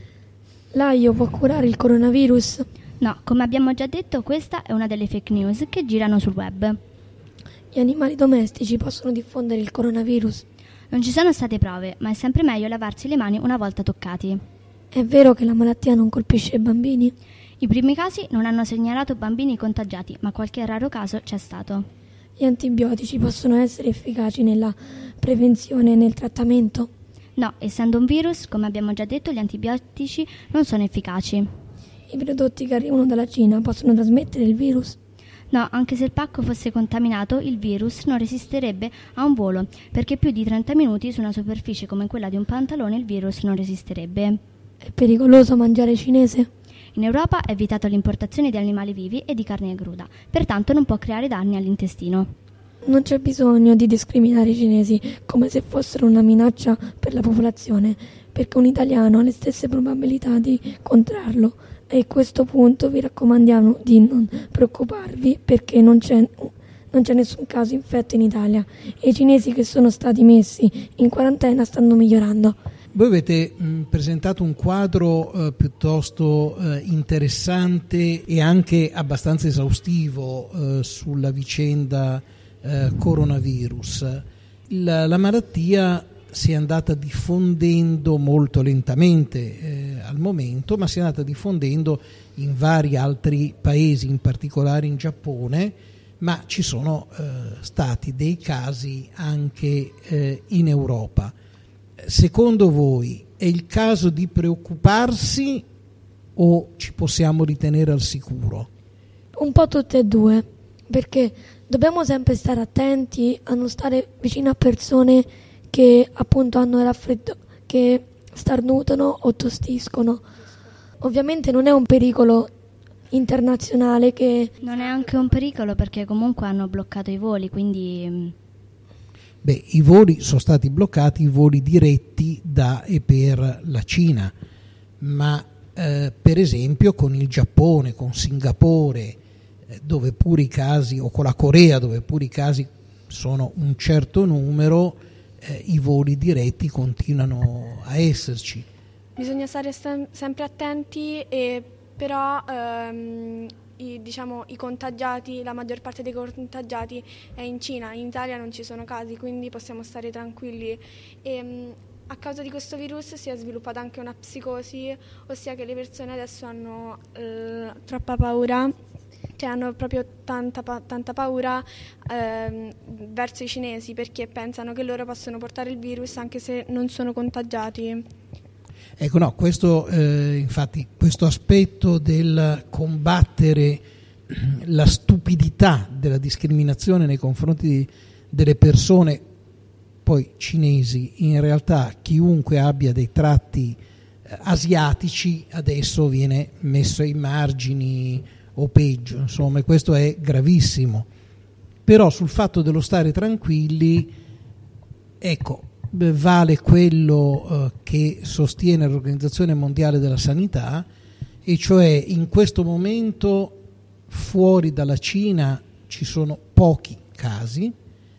Speaker 20: L'aglio può curare il coronavirus?
Speaker 10: No, come abbiamo già detto, questa è una delle fake news che girano sul web.
Speaker 20: Gli animali domestici possono diffondere il coronavirus?
Speaker 10: Non ci sono state prove, ma è sempre meglio lavarsi le mani una volta toccati.
Speaker 20: È vero che la malattia non colpisce i bambini?
Speaker 10: I primi casi non hanno segnalato bambini contagiati, ma qualche raro caso c'è stato.
Speaker 20: Gli antibiotici possono essere efficaci nella prevenzione e nel trattamento?
Speaker 10: No, essendo un virus, come abbiamo già detto, gli antibiotici non sono efficaci.
Speaker 20: I prodotti che arrivano dalla Cina possono trasmettere il virus?
Speaker 10: No, anche se il pacco fosse contaminato, il virus non resisterebbe a un volo, perché più di trenta minuti su una superficie come quella di un pantalone il virus non resisterebbe.
Speaker 20: È pericoloso mangiare cinese?
Speaker 10: In Europa è vietata l'importazione di animali vivi e di carne cruda, pertanto non può creare danni all'intestino.
Speaker 20: Non c'è bisogno di discriminare i cinesi come se fossero una minaccia per la popolazione, perché un italiano ha le stesse probabilità di contrarlo. E a questo punto vi raccomandiamo di non preoccuparvi, perché non c'è, non c'è nessun caso infetto in Italia e i cinesi che sono stati messi in quarantena stanno migliorando.
Speaker 8: Voi avete mh, presentato un quadro eh, piuttosto eh, interessante e anche abbastanza esaustivo eh, sulla vicenda eh, coronavirus. La, la malattia si è andata diffondendo molto lentamente eh, al momento, ma si è andata diffondendo in vari altri paesi, in particolare in Giappone, ma ci sono eh, stati dei casi anche eh, in Europa. Secondo voi è il caso di preoccuparsi o ci possiamo ritenere al sicuro?
Speaker 20: Un po' tutte e due, perché dobbiamo sempre stare attenti a non stare vicino a persone che appunto hanno raffreddo, che starnutano o tostiscono. Ovviamente non è un pericolo internazionale che...
Speaker 15: Non è anche un pericolo perché comunque hanno bloccato i voli, quindi...
Speaker 8: Beh, i voli sono stati bloccati, i voli diretti da e per la Cina, ma eh, per esempio con il Giappone, con Singapore, eh, dove pure i casi, o con la Corea, dove pure i casi sono un certo numero, eh, i voli diretti continuano a esserci.
Speaker 21: Bisogna stare sem- sempre attenti, e però ehm, i, diciamo, i contagiati, la maggior parte dei contagiati è in Cina, in Italia non ci sono casi, quindi possiamo stare tranquilli. E, mh, a causa di questo virus si è sviluppata anche una psicosi, ossia che le persone adesso hanno eh, troppa paura, cioè hanno proprio tanta, tanta paura ehm, verso i cinesi, perché pensano che loro possono portare il virus anche se non sono contagiati.
Speaker 8: Ecco, no, questo eh, infatti questo aspetto del combattere la stupidità della discriminazione nei confronti di, delle persone poi cinesi, in realtà chiunque abbia dei tratti eh, asiatici adesso viene messo ai margini o peggio, insomma, questo è gravissimo. Però sul fatto dello stare tranquilli, ecco, vale quello eh, che sostiene l'Organizzazione Mondiale della Sanità, e cioè in questo momento fuori dalla Cina ci sono pochi casi,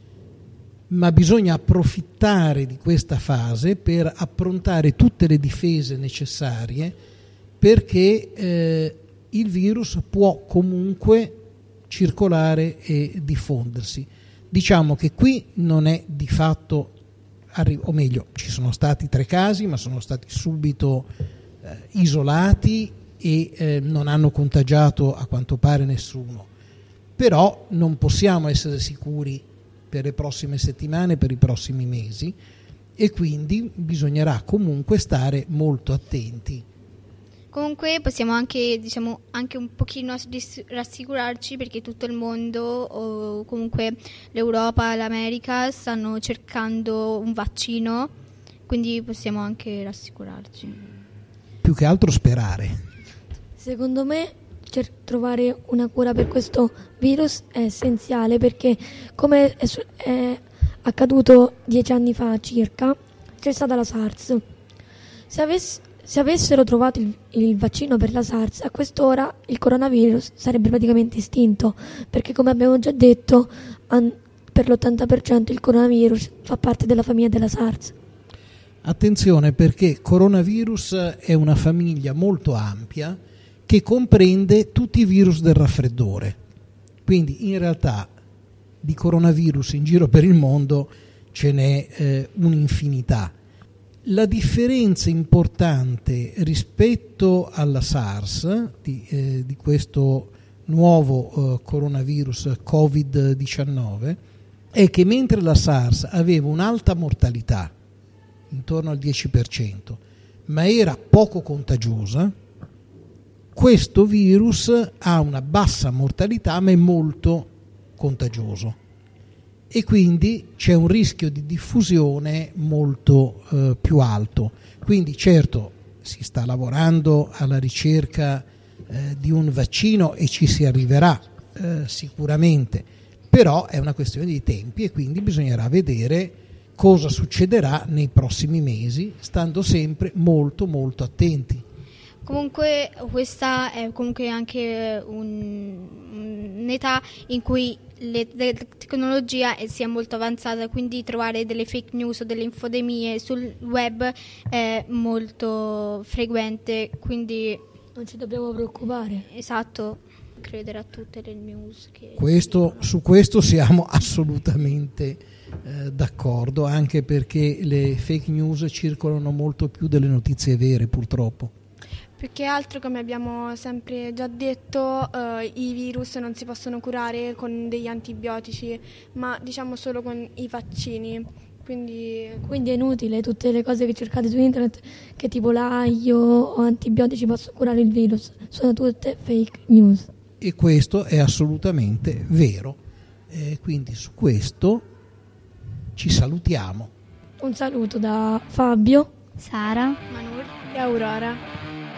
Speaker 8: ma bisogna approfittare di questa fase per approntare tutte le difese necessarie, perché eh, il virus può comunque circolare e diffondersi. Diciamo che qui non è di fatto, o meglio, ci sono stati tre casi, ma sono stati subito eh, isolati e eh, non hanno contagiato a quanto pare nessuno. Però non possiamo essere sicuri per le prossime settimane, per i prossimi mesi, e quindi bisognerà comunque stare molto attenti.
Speaker 19: Comunque possiamo anche, diciamo, anche un pochino rassicurarci, perché tutto il mondo, o comunque l'Europa, l'America, stanno cercando un vaccino, quindi possiamo anche rassicurarci.
Speaker 8: Più che altro sperare.
Speaker 20: Secondo me cer- trovare una cura per questo virus è essenziale, perché come è, su- è accaduto dieci anni fa circa, c'è stata la SARS. Se avess- Se avessero trovato il, il vaccino per la SARS, a quest'ora il coronavirus sarebbe praticamente estinto, perché come abbiamo già detto, an, per l'ottanta per cento il coronavirus fa parte della famiglia della SARS.
Speaker 8: Attenzione, perché coronavirus è una famiglia molto ampia che comprende tutti i virus del raffreddore. Quindi in realtà di coronavirus in giro per il mondo ce n'è eh, un'infinità. La differenza importante rispetto alla SARS, di, eh, di questo nuovo eh, coronavirus covid diciannove, è che mentre la SARS aveva un'alta mortalità, intorno al dieci per cento, ma era poco contagiosa, questo virus ha una bassa mortalità ma è molto contagioso. E quindi c'è un rischio di diffusione molto eh, più alto. Quindi certo si sta lavorando alla ricerca eh, di un vaccino e ci si arriverà eh, sicuramente, però è una questione di tempi e quindi bisognerà vedere cosa succederà nei prossimi mesi, stando sempre molto molto attenti.
Speaker 19: Comunque questa è comunque anche un, un'età in cui le, la tecnologia sia molto avanzata, quindi trovare delle fake news o delle infodemie sul web è molto frequente, quindi
Speaker 20: non ci dobbiamo preoccupare.
Speaker 19: Esatto, credere a tutte le news che...
Speaker 8: Questo, su questo siamo assolutamente eh, d'accordo, anche perché le fake news circolano molto più delle notizie vere, purtroppo.
Speaker 21: Più che altro, come abbiamo sempre già detto, eh, i virus non si possono curare con degli antibiotici, ma diciamo solo con i vaccini. Quindi,
Speaker 20: Quindi è inutile tutte le cose che cercate su internet, che tipo l'aglio o antibiotici possono curare il virus, sono tutte fake news.
Speaker 8: E questo è assolutamente vero. E quindi su questo ci salutiamo.
Speaker 20: Un saluto da Fabio,
Speaker 19: Sara,
Speaker 21: Manur e Aurora.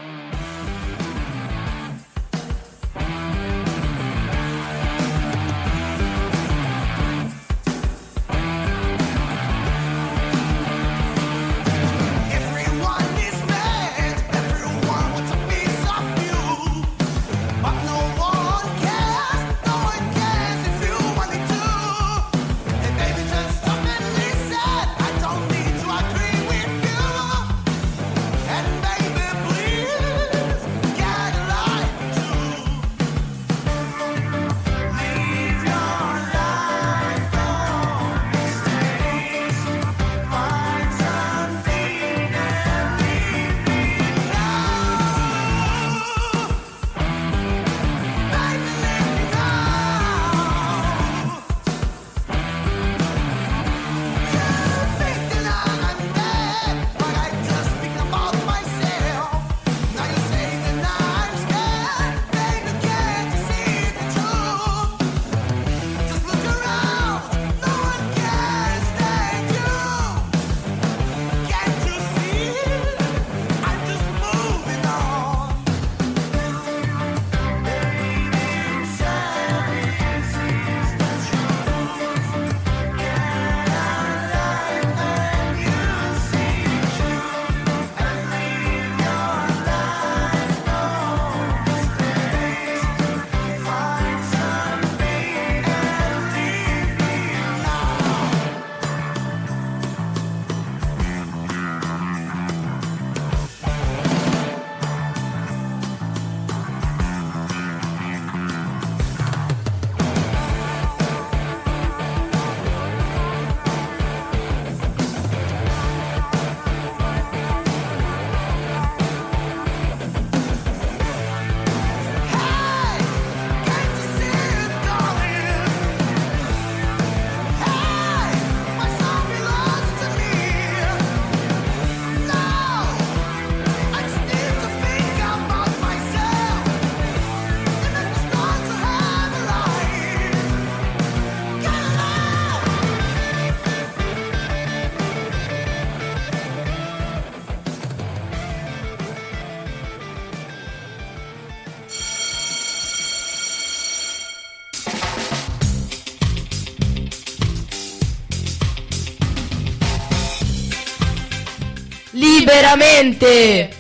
Speaker 9: Liberamente!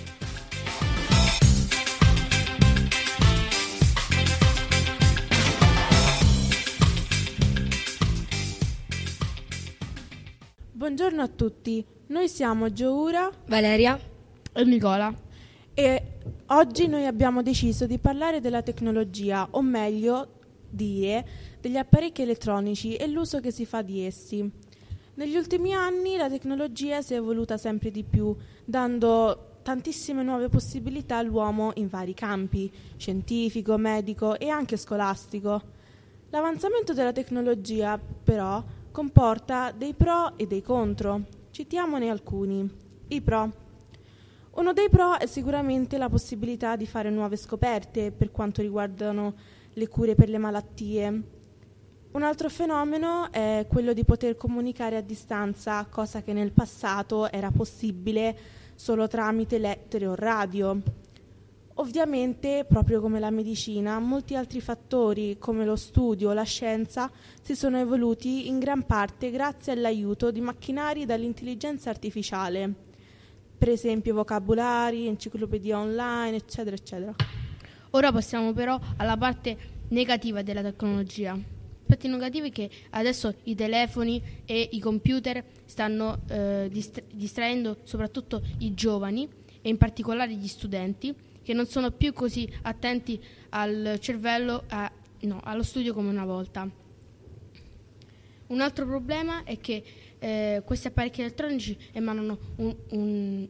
Speaker 1: Buongiorno a tutti, noi siamo Gioura,
Speaker 12: Valeria
Speaker 17: e Nicola
Speaker 1: e oggi noi abbiamo deciso di parlare della tecnologia, o meglio dire degli apparecchi elettronici e l'uso che si fa di essi. Negli ultimi anni la tecnologia si è evoluta sempre di più, dando tantissime nuove possibilità all'uomo in vari campi, scientifico, medico e anche scolastico. L'avanzamento della tecnologia, però, comporta dei pro e dei contro. Citiamone alcuni. I pro. Uno dei pro è sicuramente la possibilità di fare nuove scoperte per quanto riguardano le cure per le malattie. Un altro fenomeno è quello di poter comunicare a distanza, cosa che nel passato era possibile solo tramite lettere o radio. Ovviamente, proprio come la medicina, molti altri fattori come lo studio o la scienza si sono evoluti in gran parte grazie all'aiuto di macchinari dall'intelligenza artificiale, per esempio vocabolari, enciclopedie online, eccetera, eccetera.
Speaker 17: Ora passiamo però alla parte negativa della tecnologia. Aspetti negativi che adesso i telefoni e i computer stanno eh, distra- distraendo soprattutto i giovani e in particolare gli studenti, che non sono più così attenti al cervello, a, no, allo studio come una volta.
Speaker 6: Un altro problema è che eh, questi apparecchi elettronici emanano un, un,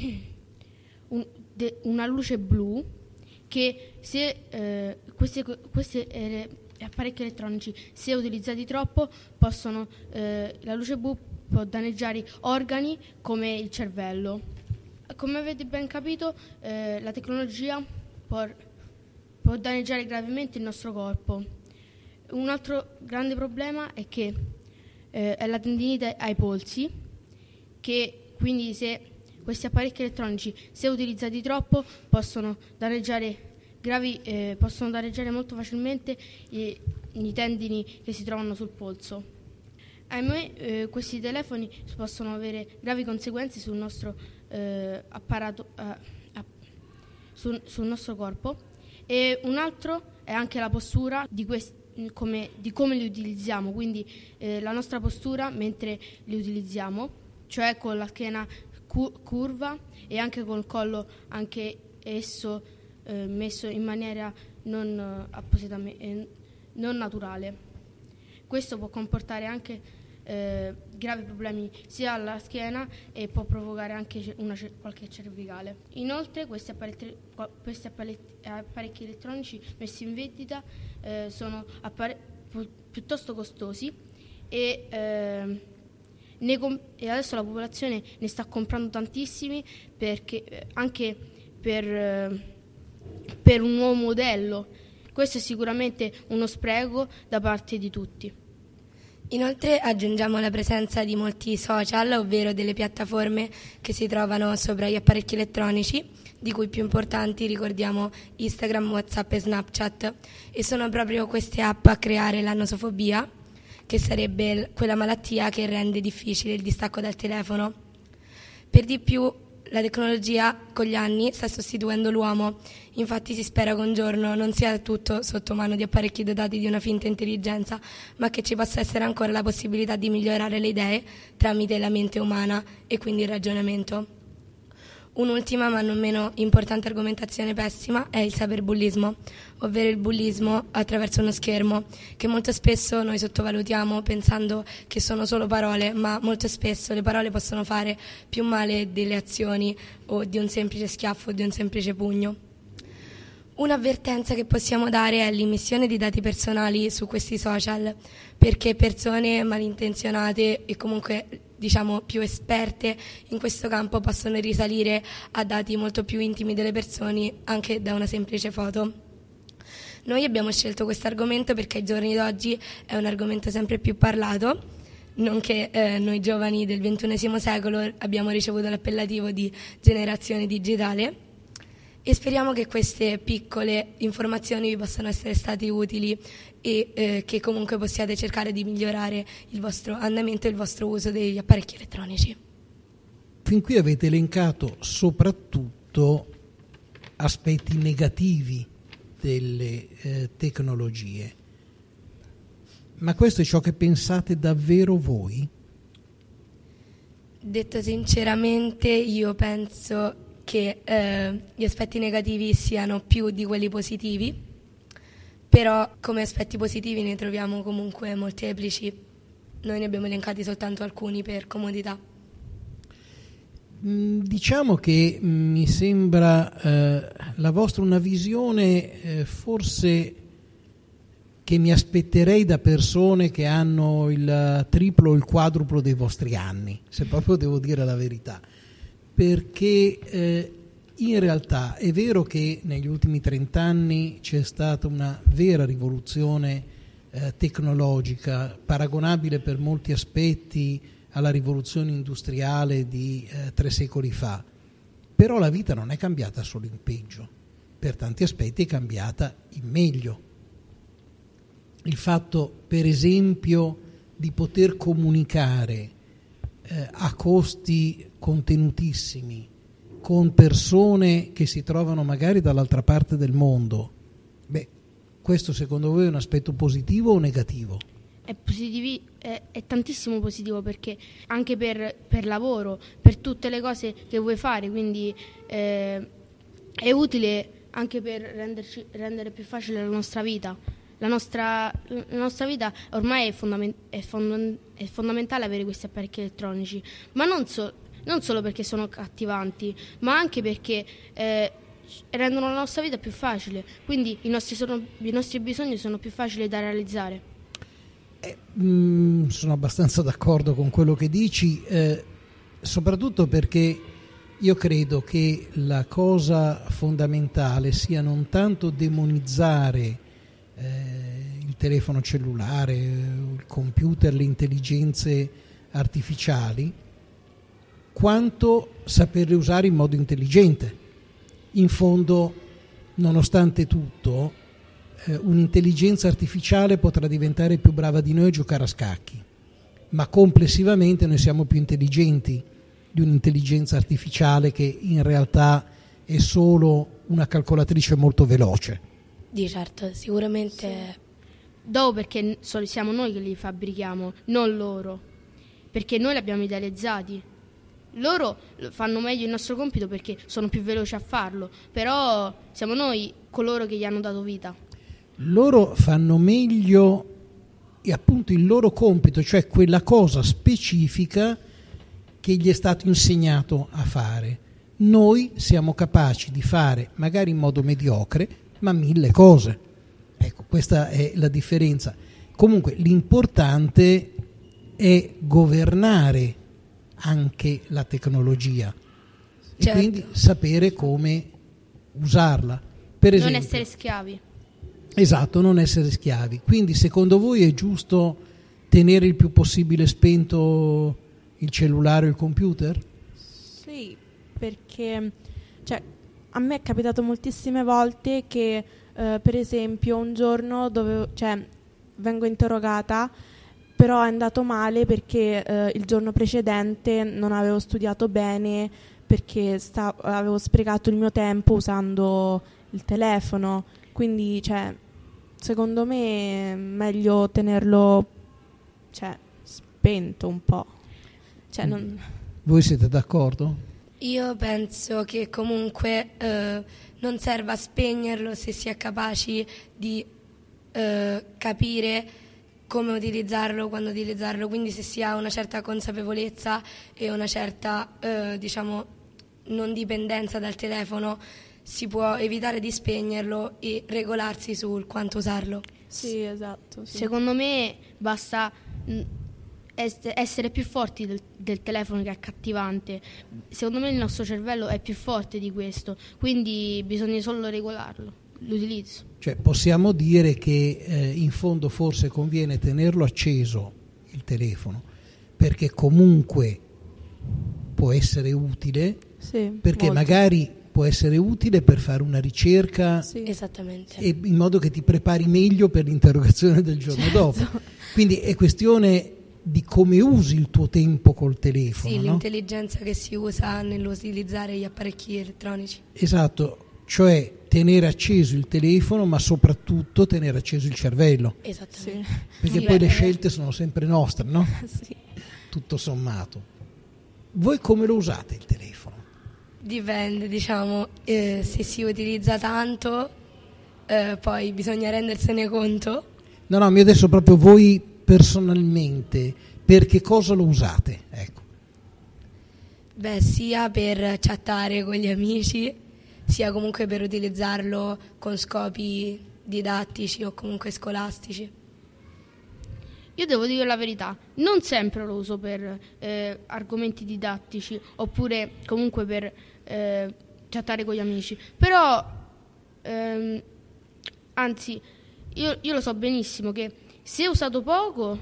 Speaker 6: un, de, una luce blu che se eh, questi, questi eh, apparecchi elettronici, se utilizzati troppo, possono eh, la luce blu può danneggiare organi come il cervello. Come avete ben capito, eh, la tecnologia può, può danneggiare gravemente il nostro corpo. Un altro grande problema è che eh, è la tendinite ai polsi, che quindi se questi apparecchi elettronici, se utilizzati troppo, possono danneggiare gravi, eh, possono danneggiare molto facilmente i, i tendini che si trovano sul polso. Ahimè, eh, questi telefoni possono avere gravi conseguenze sul nostro eh, apparato, eh, app, sul, sul nostro corpo. E un altro è anche la postura di, quest- come, di come li utilizziamo, quindi eh, la nostra postura mentre li utilizziamo, cioè con la schiena cu- curva e anche col collo anche esso eh, messo in maniera non, eh, appositamente, eh, non naturale. Questo può comportare anche Eh, gravi problemi sia alla schiena e può provocare anche una, qualche cervicale. Inoltre questi apparecchi, questi apparecchi elettronici messi in vendita eh, sono appare- piuttosto costosi e, eh, ne com- e adesso la popolazione ne sta comprando tantissimi perché, eh, anche per, eh, per un nuovo modello. Questo è sicuramente uno spreco da parte di tutti.
Speaker 22: Inoltre aggiungiamo la presenza di molti social, ovvero delle piattaforme che si trovano sopra gli apparecchi elettronici, di cui più importanti ricordiamo Instagram, WhatsApp e Snapchat, e sono proprio queste app a creare la nosofobia, che sarebbe quella malattia che rende difficile il distacco dal telefono. Per di più, la tecnologia con gli anni sta sostituendo l'uomo, infatti si spera che un giorno non sia tutto sotto mano di apparecchi dotati di una finta intelligenza, ma che ci possa essere ancora la possibilità di migliorare le idee tramite la mente umana e quindi il ragionamento. Un'ultima ma non meno importante argomentazione pessima è il cyberbullismo, ovvero il bullismo attraverso uno schermo, che molto spesso noi sottovalutiamo pensando che sono solo parole, ma molto spesso le parole possono fare più male delle azioni o di un semplice schiaffo o di un semplice pugno. Un'avvertenza che possiamo dare è l'immissione di dati personali su questi social, perché persone malintenzionate e comunque diciamo più esperte in questo campo possono risalire a dati molto più intimi delle persone anche da una semplice foto. Noi abbiamo scelto questo argomento perché ai giorni d'oggi è un argomento sempre più parlato, nonché eh, noi giovani del ventunesimo secolo abbiamo ricevuto l'appellativo di generazione digitale. E speriamo che queste piccole informazioni vi possano essere state utili e eh, che comunque possiate cercare di migliorare il vostro andamento e il vostro uso degli apparecchi elettronici.
Speaker 8: Fin qui avete elencato soprattutto aspetti negativi delle eh, tecnologie. Ma questo è ciò che pensate davvero voi?
Speaker 22: Detto sinceramente, io penso che eh, gli aspetti negativi siano più di quelli positivi, però come aspetti positivi ne troviamo comunque molteplici. Noi ne abbiamo elencati soltanto alcuni per comodità.
Speaker 8: Diciamo che mi sembra eh, la vostra una visione eh, forse che mi aspetterei da persone che hanno il triplo o il quadruplo dei vostri anni, se proprio devo dire la verità. Perché eh, in realtà è vero che negli ultimi trent'anni c'è stata una vera rivoluzione eh, tecnologica, paragonabile per molti aspetti alla rivoluzione industriale di eh, tre secoli fa, però la vita non è cambiata solo in peggio, per tanti aspetti è cambiata in meglio. Il fatto, per esempio, di poter comunicare eh, a costi contenutissimi con persone che si trovano magari dall'altra parte del mondo, beh, questo secondo voi è un aspetto positivo o negativo?
Speaker 6: È, positivi, è, è tantissimo positivo, perché anche per, per lavoro, per tutte le cose che vuoi fare, quindi eh, è utile anche per renderci, rendere più facile la nostra vita. la nostra, la nostra vita ormai è, fondament- è, fond- è fondamentale avere questi apparecchi elettronici, ma non, so- non solo perché sono accattivanti, ma anche perché eh, rendono la nostra vita più facile, quindi i nostri, sono, i nostri bisogni sono più facili da realizzare.
Speaker 8: Eh, mh, sono abbastanza d'accordo con quello che dici, eh, soprattutto perché io credo che la cosa fondamentale sia non tanto demonizzare eh, il telefono cellulare, il computer, le intelligenze artificiali, quanto saperle usare in modo intelligente. In fondo, nonostante tutto, eh, un'intelligenza artificiale potrà diventare più brava di noi a giocare a scacchi, ma complessivamente noi siamo più intelligenti di un'intelligenza artificiale che in realtà è solo una calcolatrice molto veloce.
Speaker 22: Di certo, sicuramente.
Speaker 6: Sì. Dopo perché siamo noi che li fabbrichiamo, non loro, perché noi li abbiamo idealizzati. Loro fanno meglio il nostro compito perché sono più veloci a farlo, però siamo noi coloro che gli hanno dato vita.
Speaker 8: Loro fanno meglio e appunto il loro compito, cioè quella cosa specifica che gli è stato insegnato a fare. Noi siamo capaci di fare, magari in modo mediocre, ma mille cose. Ecco, questa è la differenza. Comunque l'importante è governare anche la tecnologia, certo, e quindi sapere come usarla. Per esempio,
Speaker 6: non essere schiavi.
Speaker 8: Esatto, non essere schiavi. Quindi secondo voi è giusto tenere il più possibile spento il cellulare o il computer?
Speaker 1: Sì, perché cioè, a me è capitato moltissime volte che eh, per esempio un giorno dovevo, cioè, vengo interrogata, però è andato male perché eh, il giorno precedente non avevo studiato bene, perché sta- avevo sprecato il mio tempo usando il telefono. Quindi, cioè, secondo me è meglio tenerlo, cioè, spento un po'. Cioè, non...
Speaker 8: Voi siete d'accordo?
Speaker 22: Io penso che comunque eh, non serva spegnerlo se si è capaci di eh, capire come utilizzarlo, quando utilizzarlo, quindi se si ha una certa consapevolezza e una certa, eh, diciamo, non dipendenza dal telefono, si può evitare di spegnerlo e regolarsi sul quanto usarlo.
Speaker 1: Sì, esatto. Sì.
Speaker 6: Secondo me basta mh, essere più forti del, del telefono che è accattivante. Secondo me il nostro cervello è più forte di questo, quindi bisogna solo regolarlo, l'utilizzo.
Speaker 8: Cioè possiamo dire che eh, in fondo forse conviene tenerlo acceso il telefono, perché comunque può essere utile,
Speaker 1: sì,
Speaker 8: perché
Speaker 1: molto.
Speaker 8: magari può essere utile per fare una ricerca,
Speaker 22: sì, esattamente,
Speaker 8: e in modo che ti prepari meglio per l'interrogazione del giorno
Speaker 22: certo.
Speaker 8: dopo. Quindi è questione di come usi il tuo tempo col telefono.
Speaker 22: Sì,
Speaker 8: no?
Speaker 22: l'intelligenza che si usa nell'utilizzare gli apparecchi elettronici.
Speaker 8: Esatto, cioè tenere acceso il telefono, ma soprattutto tenere acceso il cervello.
Speaker 22: Esattamente.
Speaker 1: Sì.
Speaker 8: Perché
Speaker 1: sì,
Speaker 8: poi
Speaker 1: beh,
Speaker 8: le scelte sono sempre nostre, no?
Speaker 1: Sì.
Speaker 8: Tutto sommato. Voi come lo usate il telefono?
Speaker 22: Dipende, diciamo, eh, se si utilizza tanto, eh, poi bisogna rendersene conto.
Speaker 8: No, no, mi adesso proprio voi personalmente, per che cosa lo usate? Ecco.
Speaker 22: Beh, sia per chattare con gli amici, sia comunque per utilizzarlo con scopi didattici o comunque scolastici.
Speaker 6: Io devo dire la verità, non sempre lo uso per eh, argomenti didattici oppure comunque per eh, chattare con gli amici, però ehm, anzi io, io lo so benissimo che se usato poco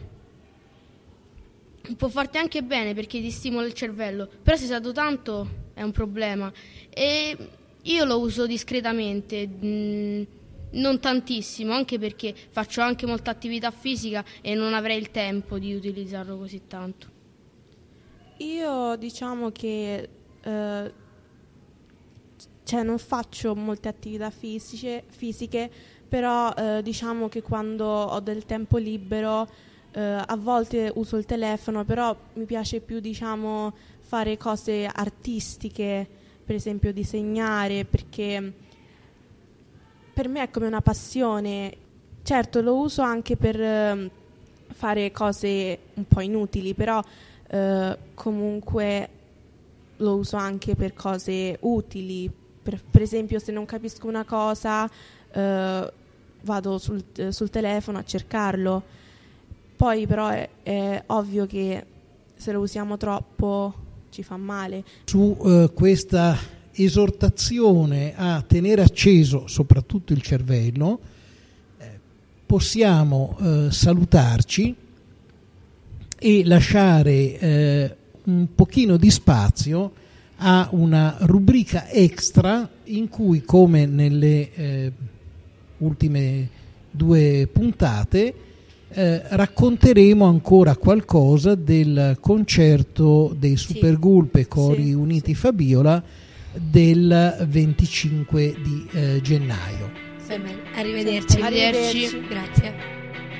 Speaker 6: può farti anche bene perché ti stimola il cervello, però se usato tanto è un problema e io lo uso discretamente, mh, non tantissimo, anche perché faccio anche molta attività fisica e non avrei il tempo di utilizzarlo così tanto.
Speaker 1: Io diciamo che eh, cioè non faccio molte attività fisiche, fisiche però eh, diciamo che quando ho del tempo libero eh, a volte uso il telefono, però mi piace più, diciamo, fare cose artistiche, per esempio disegnare, perché per me è come una passione, certo lo uso anche per eh, fare cose un po' inutili, però eh, comunque lo uso anche per cose utili. Per, per esempio, se non capisco una cosa, eh, vado sul, eh, sul telefono a cercarlo. Poi però è, è ovvio che se lo usiamo troppo ci fa male.
Speaker 8: Su eh, questa esortazione a tenere acceso soprattutto il cervello, eh, possiamo eh, salutarci e lasciare eh, un pochino di spazio a una rubrica extra in cui, come nelle eh, ultime due puntate, eh, racconteremo ancora qualcosa del concerto dei Supergulp e Cori sì, Uniti sì. Fabiola del venticinque di eh, gennaio.
Speaker 22: Arrivederci.
Speaker 13: Arrivederci.
Speaker 22: Grazie.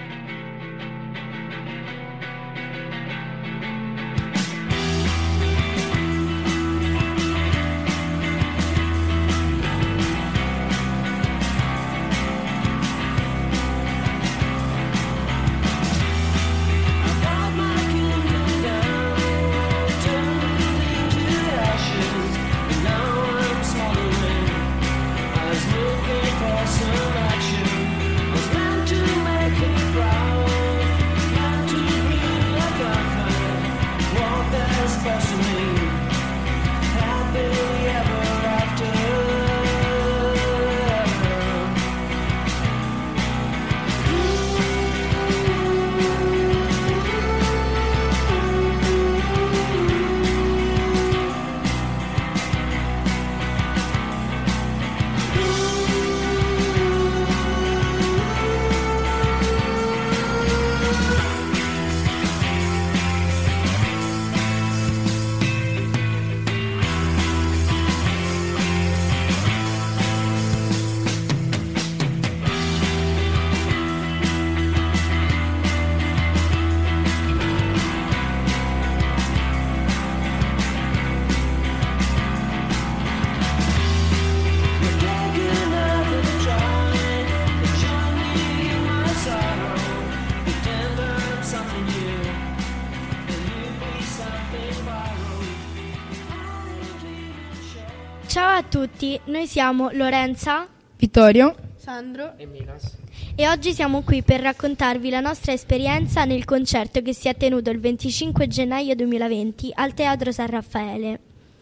Speaker 15: Ciao a tutti, noi siamo Lorenza,
Speaker 17: Vittorio,
Speaker 13: Sandro
Speaker 18: e Milas.
Speaker 15: E oggi siamo qui per raccontarvi la nostra esperienza nel concerto che si è tenuto il venticinque gennaio duemilaventi al Teatro San Raffaele.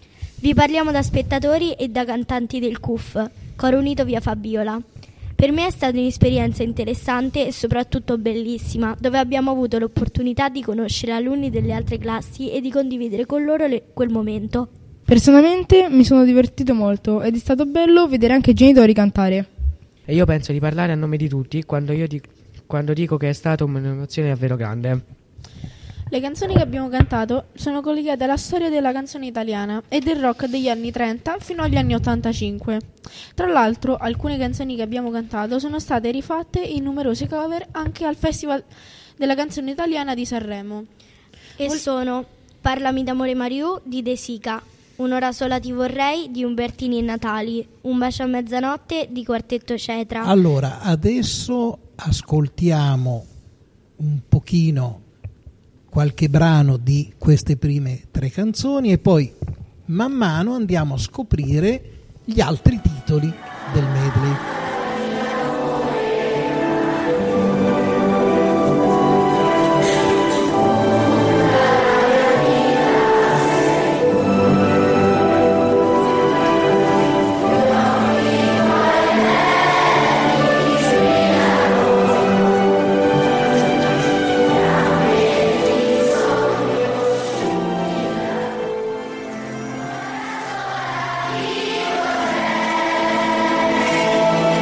Speaker 15: Vi parliamo da spettatori e da cantanti del C U F, Coro Unito via Fabiola. Per me è stata un'esperienza interessante e soprattutto bellissima, dove abbiamo avuto l'opportunità di conoscere alunni delle altre classi e di condividere con loro le- quel momento.
Speaker 17: Personalmente mi sono divertito molto ed è stato bello vedere anche i genitori cantare.
Speaker 18: E io penso di parlare a nome di tutti quando, io di- quando dico che è stata un'emozione davvero grande.
Speaker 13: Le canzoni che abbiamo cantato sono collegate alla storia della canzone italiana e del rock degli anni trenta fino agli anni ottantacinque. Tra l'altro, alcune canzoni che abbiamo cantato sono state rifatte in numerose cover anche al Festival della canzone italiana di Sanremo.
Speaker 15: E
Speaker 13: Vol-
Speaker 15: sono Parlami d'amore Mariù di De Sica, Un'ora sola ti vorrei di Umbertini e Natali, Un bacio a mezzanotte di Quartetto Cetra.
Speaker 8: Allora, adesso ascoltiamo un pochino qualche brano di queste prime tre canzoni e poi man mano andiamo a scoprire gli altri titoli del medley.
Speaker 3: Io vorrei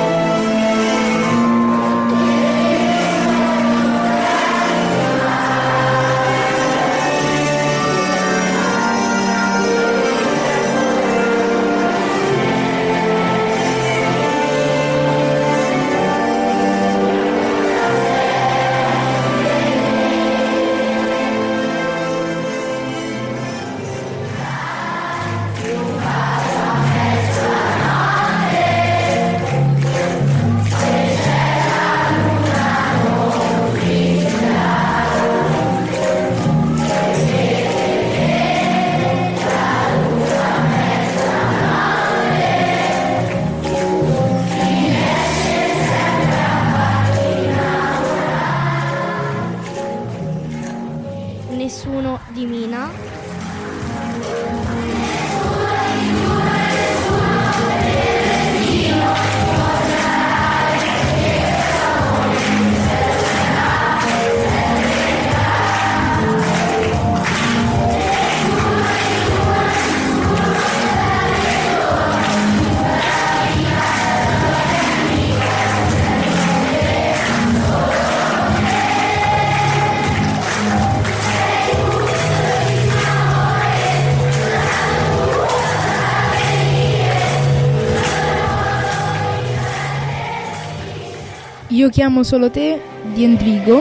Speaker 17: Io chiamo solo te di Endrigo.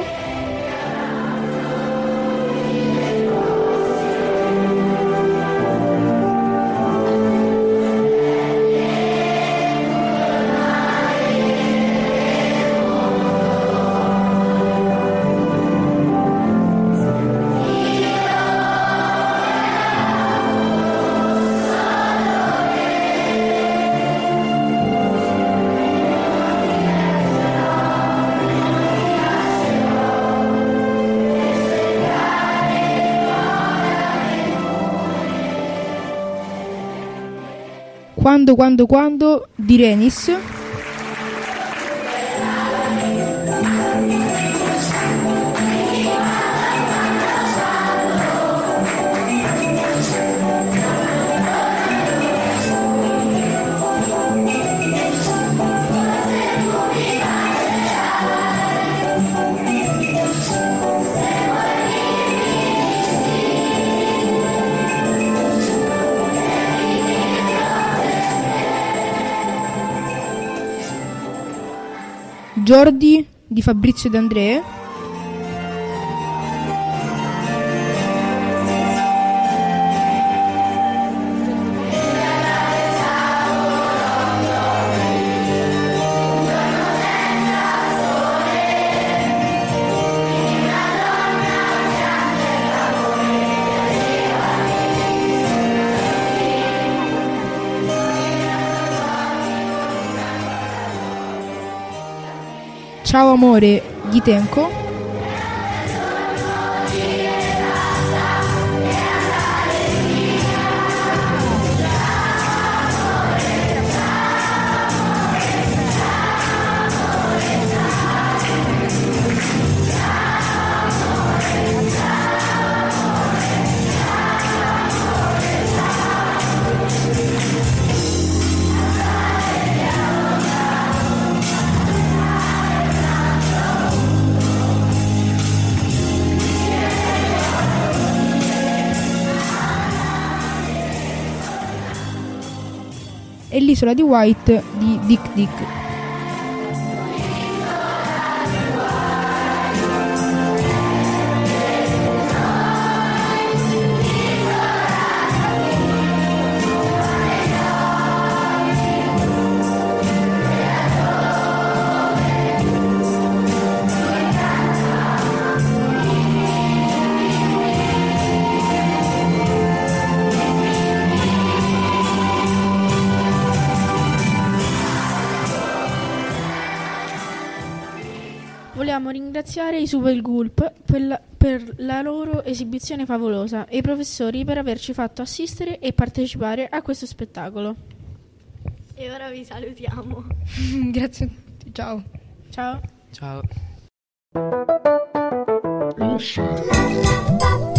Speaker 17: Quando, quando, quando di Renis. Jordi di Fabrizio D'André. Ciao amore di Tenco. E l'isola di White di Dick Dick.
Speaker 13: Vogliamo ringraziare i Super Gulp per la, per la loro esibizione favolosa e i professori per averci fatto assistere e partecipare a questo spettacolo.
Speaker 15: E ora vi salutiamo.
Speaker 17: Grazie a tutti, ciao.
Speaker 13: Ciao.
Speaker 18: Ciao.